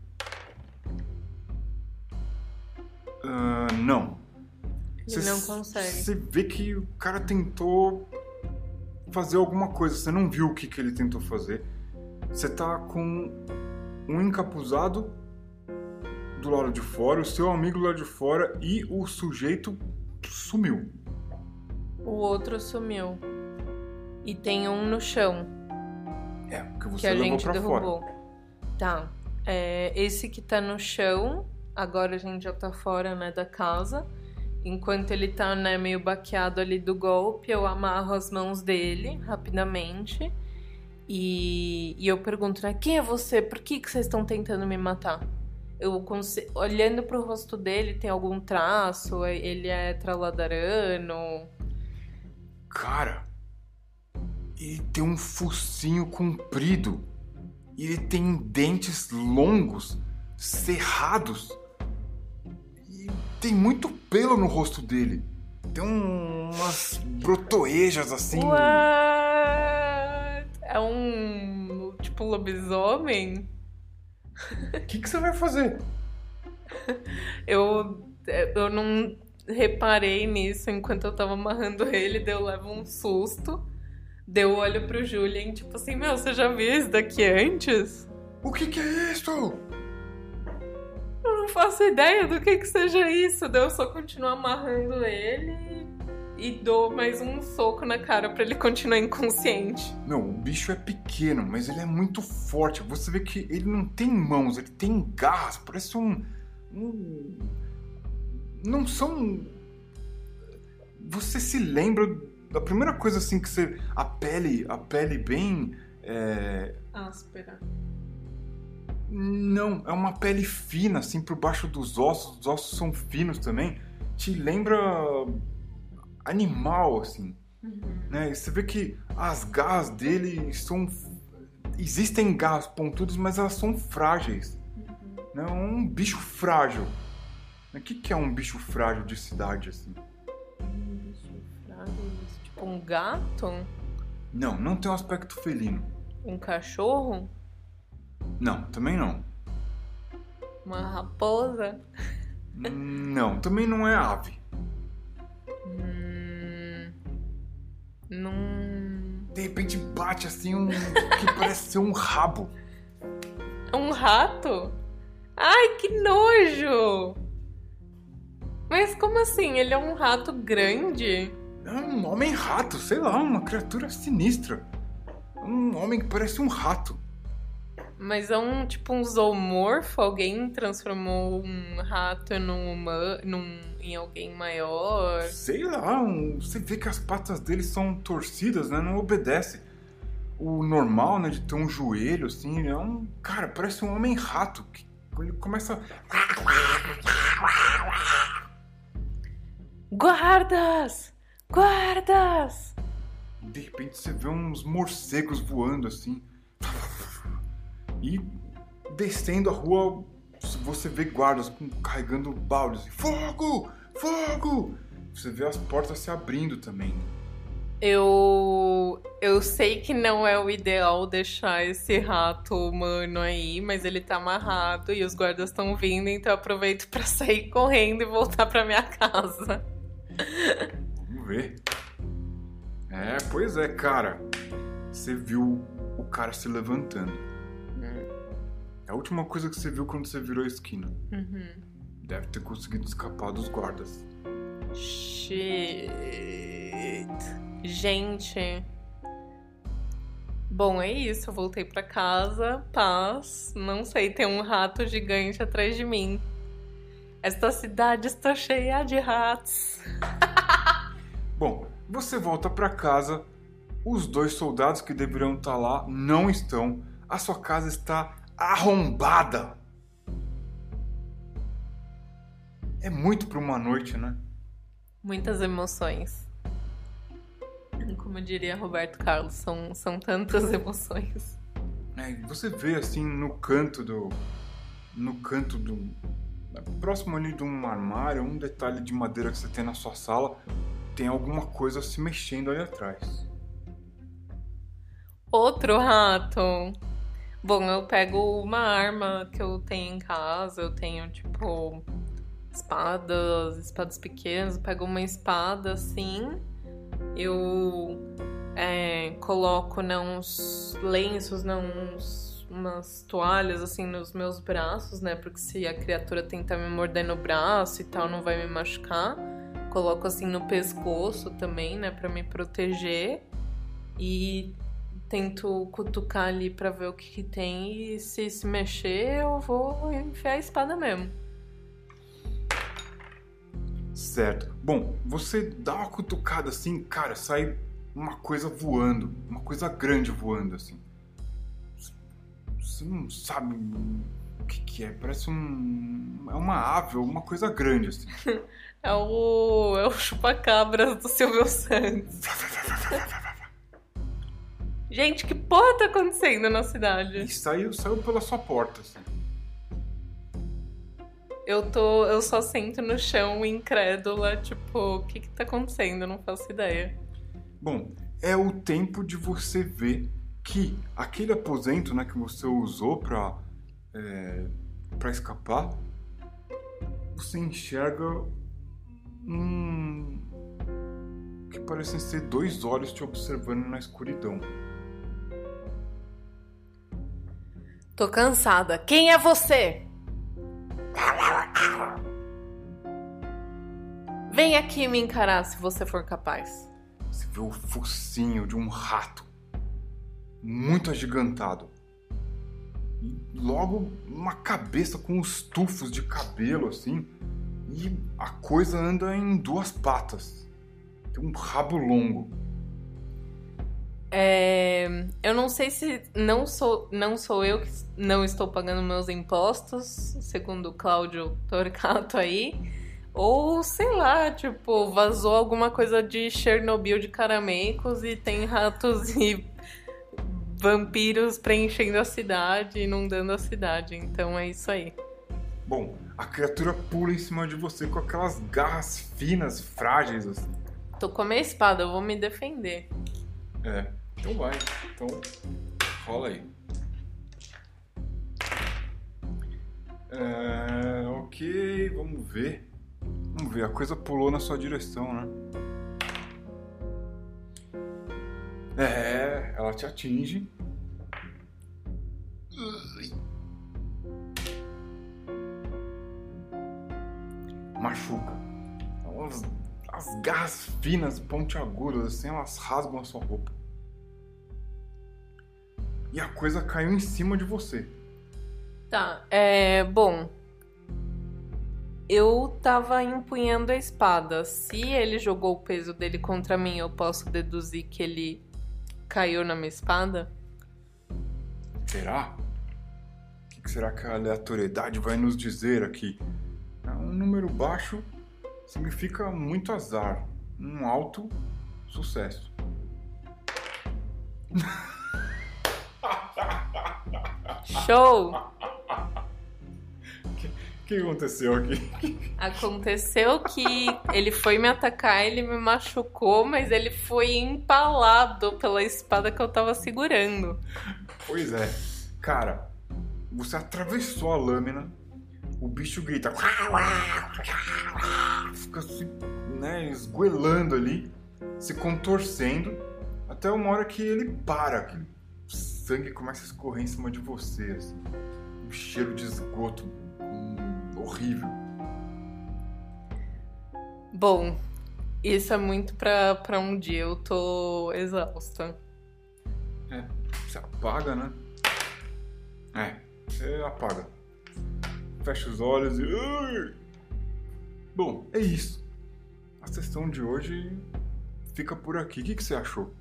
Ah, não. Ele não consegue. Você vê que o cara tentou fazer alguma coisa, você não viu o que, que ele tentou fazer. Você tá com um encapuzado do lado de fora, o seu amigo do lado de fora e o sujeito sumiu. O outro sumiu. E tem um no chão, É, porque você que a levou gente pra derrubou. fora. Tá. É, esse que tá no chão, agora a gente já tá fora, né, da casa. Enquanto ele tá, né, meio baqueado ali do golpe, eu amarro as mãos dele rapidamente. E, e eu pergunto, né, quem é você? Por que, que vocês estão tentando me matar? Eu conse- olhando pro rosto dele, tem algum traço? Ele é traladarano? Cara, ele tem um focinho comprido. E ele tem dentes longos, cerrados. E tem muito pelo no rosto dele. Tem um- umas brotoejas assim. What? É um, tipo, lobisomem? O que, que você vai fazer? Eu, eu não reparei nisso enquanto eu tava amarrando ele, daí eu levo um susto. Daí eu olho pro Julian, tipo assim, meu, você já viu isso daqui antes? O que, que é isso? Eu não faço ideia do que que seja isso. Daí eu só continuo amarrando ele e dou mais um soco na cara pra ele continuar inconsciente. Não, o bicho é pequeno, mas ele é muito forte. Você vê que ele não tem mãos, ele tem garras. Parece um... um... Não são... Você se lembra da primeira coisa assim que você... A pele, a pele bem... É... áspera. Não, é uma pele fina, assim, por baixo dos ossos. Os ossos são finos também. Te lembra animal, assim. Uhum. Né? Você vê que as garras dele são... Existem garras pontudas, mas elas são frágeis. Uhum. Né? Um bicho frágil. O que, que é um bicho frágil de cidade, assim? Um bicho frágil? Tipo um gato? Não, não tem um aspecto felino. Um cachorro? Não, também não. Uma raposa? Não, também não é ave. Hum, num... De repente bate assim um que parece ser um rabo. Um rato? Ai, que nojo! Mas como assim? Ele é um rato grande? É um homem-rato, sei lá, uma criatura sinistra. Um homem que parece um rato. Mas é um tipo um zoomorfo? Alguém transformou um rato num humano, num, em alguém maior? Sei lá, um, você vê que as patas dele são torcidas, né? Não obedece. O normal, né, de ter um joelho, assim, é um... Cara, parece um homem-rato. Que ele começa... Guardas! Guardas! De repente você vê uns morcegos voando, assim. E descendo a rua, você vê guardas com, carregando baldes. Fogo! Fogo! Você vê as portas se abrindo também. Eu... Eu sei que não é o ideal deixar esse rato humano aí, mas ele tá amarrado e os guardas estão vindo, então eu aproveito pra sair correndo e voltar pra minha casa. Vamos ver. É, pois é, cara. Você viu o cara se levantando. É a última coisa que você viu quando você virou a esquina. Uhum. Deve ter conseguido escapar dos guardas. Shit. Gente. Bom, é isso. Eu voltei pra casa. Paz. Não sei, tem um rato gigante atrás de mim. Esta cidade está cheia de ratos. Bom, você volta pra casa. Os dois soldados que deveriam estar lá não estão. A sua casa está arrombada. É muito pra uma noite, né? Muitas emoções. Como diria Roberto Carlos, são, são tantas emoções. É, você vê assim no canto do... No canto do... Próximo ali de um armário, um detalhe de madeira que você tem na sua sala, tem alguma coisa se mexendo ali atrás. Outro rato. Bom, eu pego uma arma que eu tenho em casa, eu tenho tipo espadas, espadas pequenas, eu pego uma espada assim, eu é, coloco né, uns lenços, né, uns, umas toalhas assim nos meus braços, né, porque se a criatura tentar me morder no braço e tal, não vai me machucar. Coloco assim no pescoço também, né, pra me proteger e tento cutucar ali pra ver o que, que tem e se se mexer eu vou enfiar a espada mesmo. Certo. Bom, você dá uma cutucada assim, cara, sai uma coisa voando, uma coisa grande voando assim. Você não sabe o que que é, parece um... é uma ave, uma coisa grande assim. É o... é o chupacabras do Silvio Santos. Gente, que porra tá acontecendo na cidade? E saiu, saiu pela sua porta, assim. Eu tô... eu só sento no chão incrédula, tipo, o que que tá acontecendo? Eu não faço ideia. Bom, é o tempo de você ver que aquele aposento, né, que você usou pra, é, pra escapar, você enxerga um... que parecem ser dois olhos te observando na escuridão. Tô cansada. Quem é você? Vem aqui me encarar se você for capaz. Você vê o focinho de um rato, muito agigantado. E logo uma cabeça com os tufos de cabelo, assim. E a coisa anda em duas patas. Tem um rabo longo. É, eu não sei se não sou, não sou eu que não estou pagando meus impostos, segundo o Cláudio Torcato aí, ou sei lá, tipo, vazou alguma coisa de Chernobyl de Carameicos e tem ratos e vampiros preenchendo a cidade, inundando a cidade, então é isso aí. Bom, a criatura pula em cima de você com aquelas garras finas, frágeis assim. Tô com a minha espada, eu vou me defender. É, então vai. Então, rola aí. É, ok, vamos ver. Vamos ver, a coisa pulou na sua direção, né? É, ela te atinge. Machuca. As, as garras finas, pontiagudas, assim, elas rasgam a sua roupa. E a coisa caiu em cima de você. Tá, é... Bom... Eu tava empunhando a espada. Se ele jogou o peso dele contra mim, eu posso deduzir que ele caiu na minha espada? Será? O que será que a aleatoriedade vai nos dizer aqui? Um número baixo significa muito azar. Um alto, sucesso. Show! O que aconteceu aqui? Aconteceu que ele foi me atacar, ele me machucou, mas ele foi empalado pela espada que eu tava segurando. Pois é. Cara, você atravessou a lâmina, o bicho grita, fica se, né, esgoelando ali, se contorcendo, até uma hora que ele para, que o sangue começa a escorrer em cima de você, assim, um cheiro de esgoto hum, horrível. Bom, isso é muito pra, pra um dia, eu tô exausta. É, você apaga, né? É, você apaga. Fecha os olhos e... Bom, é isso. A sessão de hoje fica por aqui. O que, que você achou?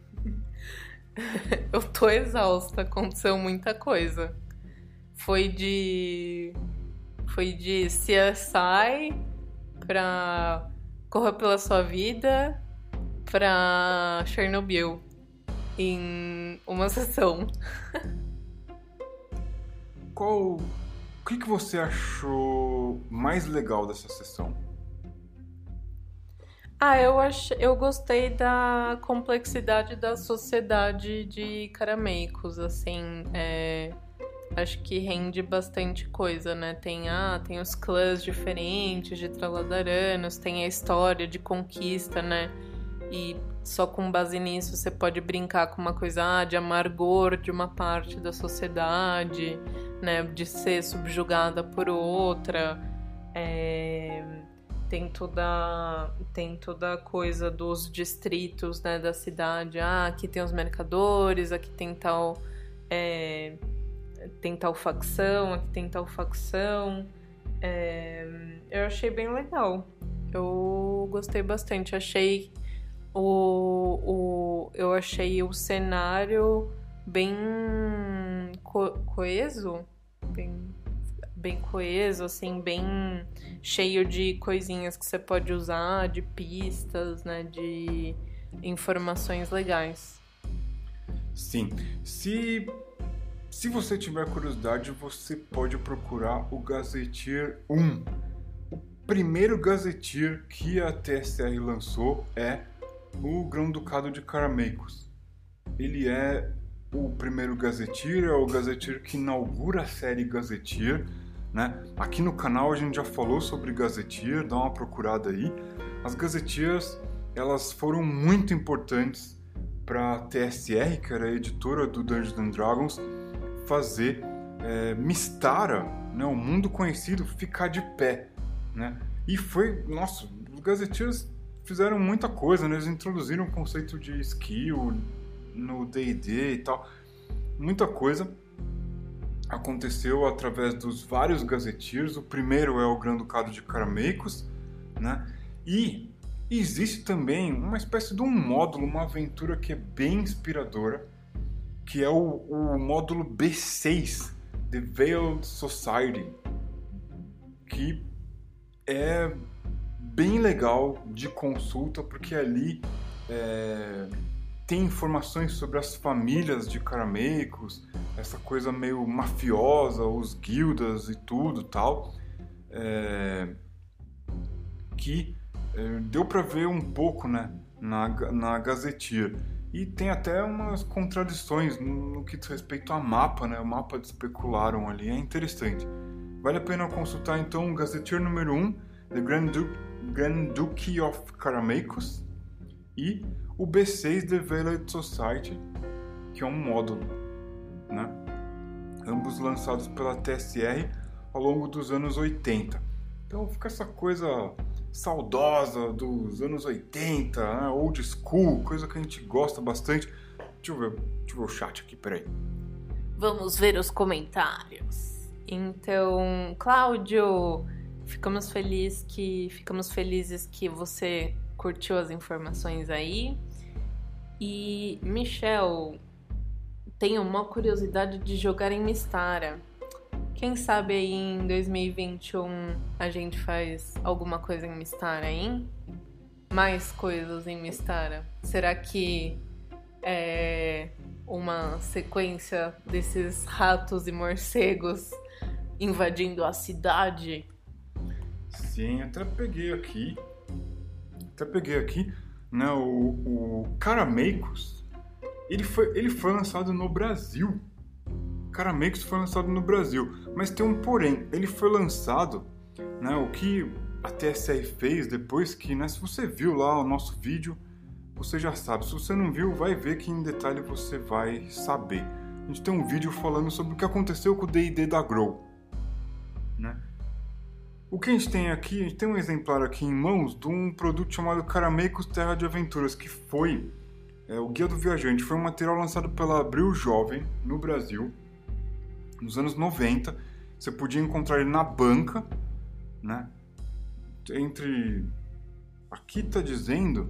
Eu tô exausta, aconteceu muita coisa. Foi de... Foi de C S I pra Corra Pela Sua Vida pra Chernobyl em uma sessão. Qual... O que, que você achou mais legal dessa sessão? Ah, eu, ach... eu gostei da complexidade da sociedade de Carameicos, assim, é... acho que rende bastante coisa, né? Tem, ah, tem os clãs diferentes de Traladaranos, tem a história de conquista, né? E só com base nisso você pode brincar com uma coisa ah, de amargor de uma parte da sociedade, né? De ser subjugada por outra. É... Tem toda, tem toda a coisa dos distritos, né, da cidade. Ah, aqui tem os mercadores, aqui tem tal... É... tem tal facção, aqui tem tal facção. É, eu achei bem legal. Eu gostei bastante. Achei o, o, eu achei o cenário bem co- coeso, bem, bem coeso, assim, bem cheio de coisinhas que você pode usar, de pistas, né, de informações legais. Sim, se... Se você tiver curiosidade, você pode procurar o Gazetteer um. O primeiro Gazetteer que a T S R lançou é o Grão-Ducado de Carameicos. Ele é o primeiro Gazetteer, é o Gazetteer que inaugura a série Gazetteer, né? Aqui no canal a gente já falou sobre Gazetteer, dá uma procurada aí. As Gazetteers, elas foram muito importantes para a T S R, que era a editora do Dungeons and Dragons, fazer é, Mystara, né, o mundo conhecido, ficar de pé, né? E foi, nossa, os Gazetteers fizeram muita coisa, né? Eles introduziram o conceito de skill no D e D e tal. Muita coisa aconteceu através dos vários Gazetteers. O primeiro é o Grão-Ducado de Carameicos, né? E existe também uma espécie de um módulo, uma aventura que é bem inspiradora, que é o, o módulo B seis, The Veiled Society, que é bem legal de consulta, porque ali é, tem informações sobre as famílias de Carameicos, essa coisa meio mafiosa, os guildas e tudo tal, é, que é, deu para ver um pouco, né, na, na Gazetteer. E tem até umas contradições no, no que diz respeito a mapa, né, o mapa de especularam ali, é interessante. Vale a pena consultar então o Gazetteer número um, The Grand, du Grand Duchy of Carameicos, e o B seis, The Veiled Society, que é um módulo, né? Ambos lançados pela T S R ao longo dos anos oitenta. Então fica essa coisa saudosa dos anos oitenta, né? Old school, coisa que a gente gosta bastante. Deixa eu ver, deixa eu ver o chat aqui, peraí. Vamos ver os comentários. Então, Cláudio, ficamos felizes que ficamos felizes que você curtiu as informações aí. E Michel, tenho uma curiosidade de jogar em Mystara. Quem sabe aí em dois mil e vinte e um a gente faz alguma coisa em Mystara, hein? Mais coisas em Mystara. Será que é uma sequência desses ratos e morcegos invadindo a cidade? Sim, até peguei aqui. Até peguei aqui, né? O, o Carameicos, ele foi, ele foi lançado no Brasil. Carameicos foi lançado no Brasil, mas tem um porém. Ele foi lançado, né? O que a T S R fez depois que, né? Se você viu lá o nosso vídeo, você já sabe. Se você não viu, vai ver que em detalhe você vai saber. A gente tem um vídeo falando sobre o que aconteceu com o D e D da Grow, né? O que a gente tem aqui, a gente tem um exemplar aqui em mãos de um produto chamado Carameicos Terra de Aventuras, que foi é, o Guia do Viajante. Foi um material lançado pela Abril Jovem no Brasil, nos anos noventa. Você podia encontrar ele na banca, né? Entre... Aqui tá dizendo...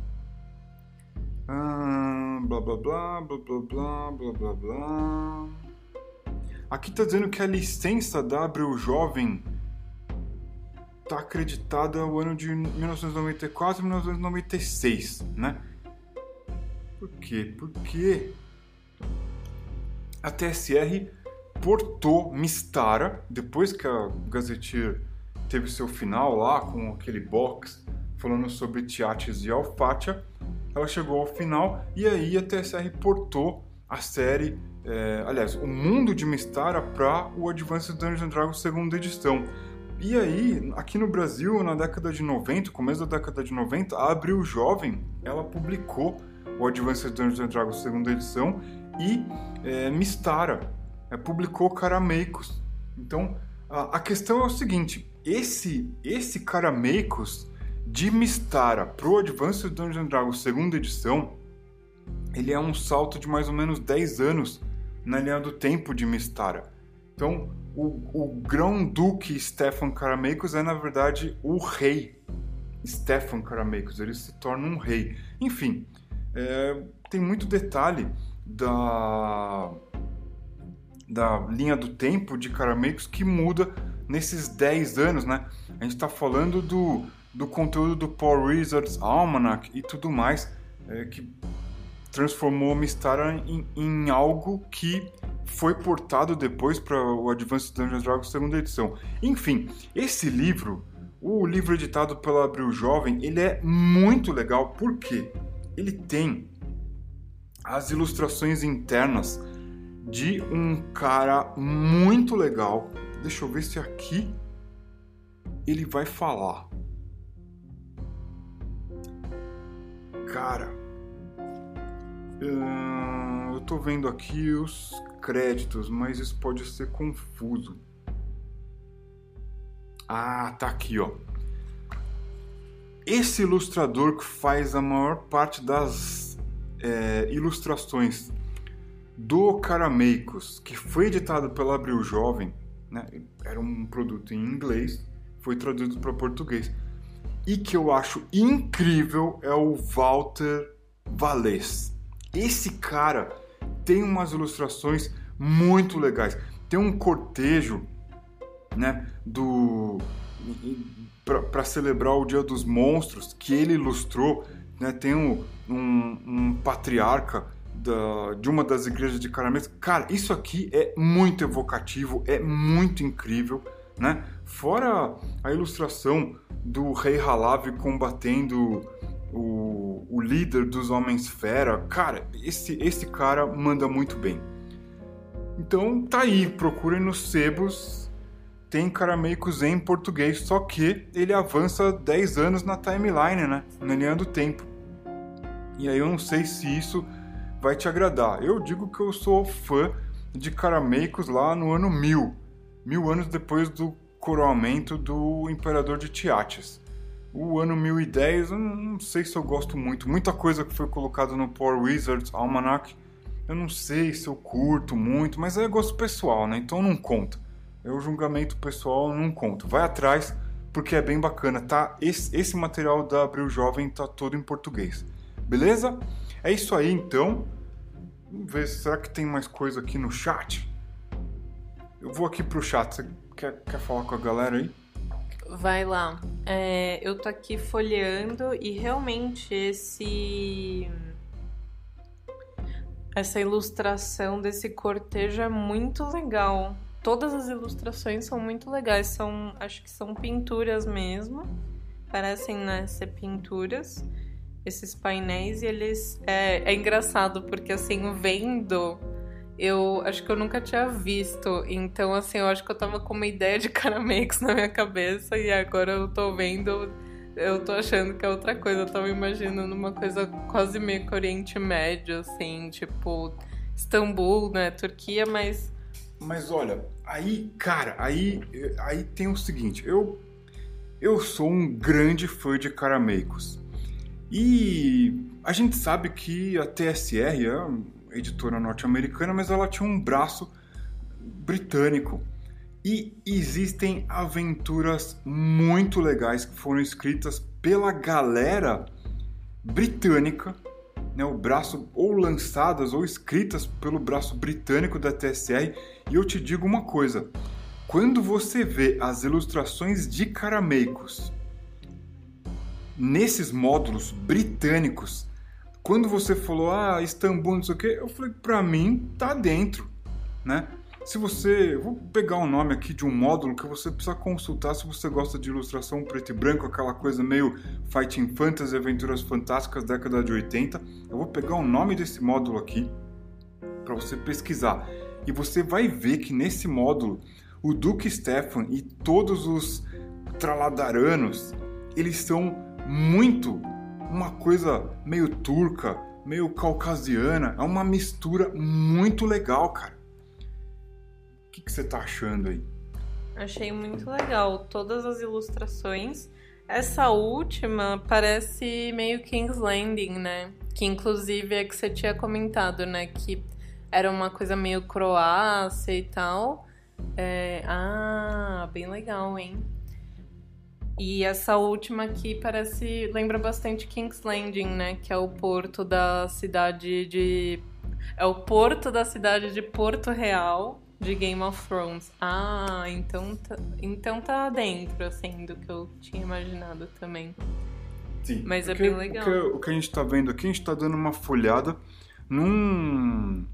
Ah, blá blá blá, blá blá blá, blá blá blá... Aqui tá dizendo que a licença da Abril Jovem está acreditada ao ano de mil novecentos e noventa e quatro e mil novecentos e noventa e seis, né? Por quê? Porque a T S R portou Mystara, depois que a Gazetteer teve seu final lá, com aquele box falando sobre Tiates e Alfatia, ela chegou ao final e aí a T S R portou a série, é, aliás, o mundo de Mystara para o Advanced Dungeons and Dragons segunda edição. E aí, aqui no Brasil, na década de noventa, começo da década de noventa, a Abril Jovem, ela publicou o Advanced Dungeons and Dragons segunda edição e é, Mystara é, publicou Carameicos. Então, a, a questão é o seguinte, esse, esse Carameicos de Mystara pro Advanced Dungeons and Dragons segunda edição, ele é um salto de mais ou menos dez anos na linha do tempo de Mystara. Então, o, o Grão-Duque Stefan Carameicos é, na verdade, o rei Stefan Carameicos. Ele se torna um rei. Enfim, é, tem muito detalhe da, da linha do tempo de Carameicos que muda nesses dez anos, né? A gente está falando do, do conteúdo do Power Wizards Almanac e tudo mais, é, que transformou Mystara em, em algo que foi portado depois para o Advanced Dungeons and Dragons segunda edição. Enfim, esse livro, o livro editado pela Abril Jovem, ele é muito legal porque ele tem as ilustrações internas de um cara muito legal. Deixa eu ver se aqui ele vai falar. Cara, eu tô vendo aqui os créditos, mas isso pode ser confuso. Ah, tá aqui, ó. esse ilustrador que faz a maior parte das é, ilustrações do Carameicos, que foi editado pela Abril Jovem, né? Era um produto em inglês, foi traduzido para português. E que eu acho incrível é o Walter Valles. Esse cara tem umas ilustrações muito legais. Tem um cortejo, né, do para celebrar o Dia dos Monstros que ele ilustrou, né? Tem um, um, um patriarca da, de uma das igrejas de Carameicos. Cara, isso aqui é muito evocativo, é muito incrível, né? Fora a ilustração do Rei Halav combatendo o, o líder dos Homens-Fera. Cara, esse, esse cara manda muito bem. Então tá aí, procurem nos sebos, tem Carameicos em português, só que ele avança dez anos na timeline, né? Na linha do tempo. E aí eu não sei se isso vai te agradar. Eu digo que eu sou fã de Carameicos lá no ano mil. Mil anos depois do coroamento do Imperador de Tiates. O ano mil e dez, eu não sei se eu gosto muito. Muita coisa que foi colocada no Power Wizards Almanac, eu não sei se eu curto muito, mas é gosto pessoal, né? Então não conta. É o julgamento pessoal, não conta. Vai atrás, porque é bem bacana, tá? Esse, esse material da Abril Jovem tá todo em português. Beleza? É isso aí, então. Vamos ver, será que tem mais coisa aqui no chat? Eu vou aqui pro chat. Você quer, quer falar com a galera aí? Vai lá. É, eu tô aqui folheando e realmente esse... essa ilustração desse cortejo é muito legal. Todas as ilustrações são muito legais. São, acho que são pinturas mesmo. Parecem, né, ser pinturas. Esses painéis, e eles... É, é engraçado, porque assim, vendo... Eu acho que eu nunca tinha visto. Então, assim, eu acho que eu tava com uma ideia de Carameicos na minha cabeça. E agora eu tô vendo... Eu tô achando que é outra coisa. Eu tava imaginando uma coisa quase meio que Oriente Médio, assim. Tipo, Istambul, né? Turquia, mas... Mas olha, aí, cara, aí, aí tem o seguinte. Eu, eu sou um grande fã de Carameicos. E a gente sabe que a T S R é uma editora norte-americana, mas ela tinha um braço britânico. E existem aventuras muito legais que foram escritas pela galera britânica, né, o braço, ou lançadas ou escritas pelo braço britânico da T S R. E eu te digo uma coisa, quando você vê as ilustrações de Carameicos nesses módulos britânicos, quando você falou, ah, Istambul, não sei o que, eu falei, pra mim, tá dentro, né? Se você... Vou pegar o nome aqui de um módulo que você precisa consultar se você gosta de ilustração preto e branco, aquela coisa meio Fighting Fantasy, Aventuras Fantásticas, década de oitenta. Eu vou pegar o nome desse módulo aqui para você pesquisar. E você vai ver que nesse módulo, o Duque Stefan e todos os Traladaranos, eles são muito uma coisa meio turca, meio caucasiana. É uma mistura muito legal, cara. O que, que você tá achando aí? Achei muito legal todas as ilustrações. Essa última parece meio King's Landing, né? Que inclusive é que você tinha comentado, né? Que era uma coisa meio Croácia e tal. É... Ah, bem legal, hein? E essa última aqui parece... Lembra bastante King's Landing, né? Que é o porto da cidade de... É o porto da cidade de Porto Real, de Game of Thrones. Ah, então tá, então tá dentro, assim, do que eu tinha imaginado também. Sim. Mas é que, bem legal. O que, o que a gente tá vendo aqui, a gente tá dando uma folhada num...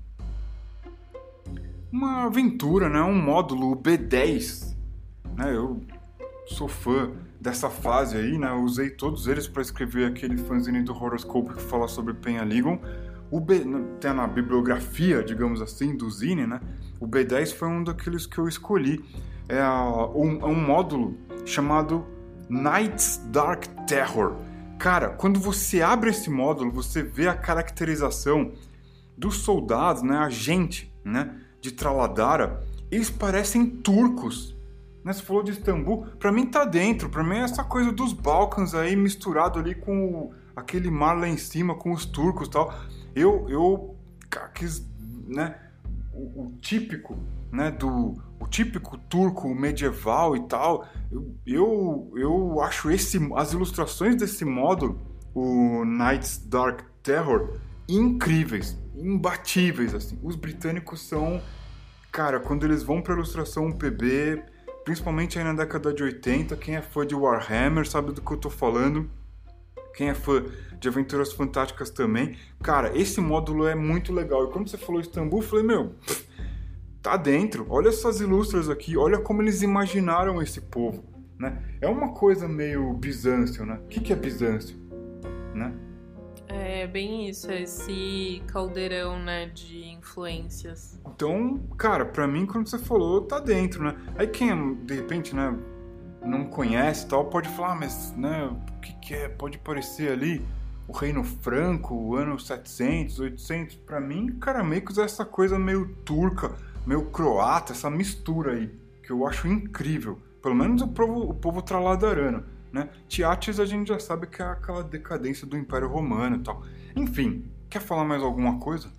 uma aventura, né? Um módulo, o B dez. Né? Eu sou fã dessa fase aí, né? Eu usei todos eles para escrever aquele fanzine do Horoscope que fala sobre Penhaligon. O B... Tem na bibliografia, digamos assim, do Zine, né? O B dez foi um daqueles que eu escolhi. É um, um módulo chamado Night's Dark Terror. Cara, quando você abre esse módulo, você vê a caracterização dos soldados, né? A gente, né? De Traladara. Eles parecem turcos. Né? Você falou de Istambul, pra mim tá dentro, pra mim é essa coisa dos Balcãs aí misturado ali com o, aquele mar lá em cima, com os turcos e tal. Eu, eu quis, né, o, o típico, né, do, o típico turco medieval e tal, eu, eu, eu acho esse, as ilustrações desse módulo, o Night's Dark Terror, incríveis, imbatíveis, assim. Os britânicos são, cara, quando eles vão pra ilustração P B, principalmente aí na década de oitenta, quem é fã de Warhammer sabe do que eu tô falando, quem é fã de Aventuras Fantásticas também, cara, esse módulo é muito legal. E quando você falou Istambul, eu falei, meu, tá dentro, olha essas ilustras aqui, olha como eles imaginaram esse povo, né? É uma coisa meio Bizâncio, né? O que, que é Bizâncio, né? É bem isso, esse caldeirão, né, de influências. Então, cara, pra mim, quando você falou, tá dentro, né? Aí quem, de repente, né, não conhece e tal, pode falar, ah, mas, né, o que que é? Pode parecer ali o Reino Franco, o ano setecentos, oitocentos. Pra mim, Karameikos é essa coisa meio turca, meio croata, essa mistura aí, que eu acho incrível. Pelo menos o povo, o povo traladarano, né? Tiates a gente já sabe que é aquela decadência do Império Romano e tal. Enfim, quer falar mais alguma coisa?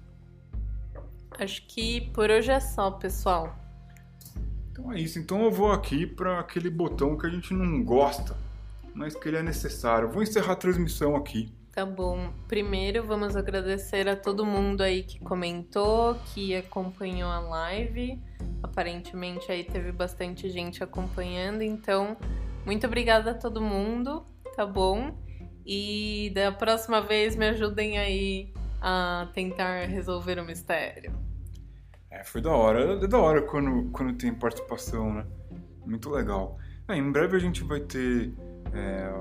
Acho que por hoje é só, pessoal. Então é isso. Então eu vou aqui para aquele botão que a gente não gosta, mas que ele é necessário. Eu vou encerrar a transmissão aqui. Tá bom. Primeiro, vamos agradecer a todo mundo aí que comentou, que acompanhou a live. Aparentemente aí teve bastante gente acompanhando, então muito obrigada a todo mundo, tá bom? E da próxima vez me ajudem aí a tentar resolver o mistério. É, foi da hora. É da hora quando, quando tem participação, né? Muito legal. É, em breve a gente vai ter é,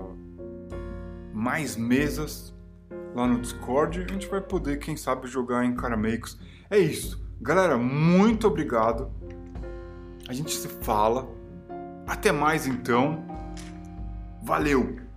mais mesas lá no Discord. A gente vai poder, quem sabe, jogar em Karameikos. É isso. Galera, muito obrigado. A gente se fala. Até mais, então. Valeu!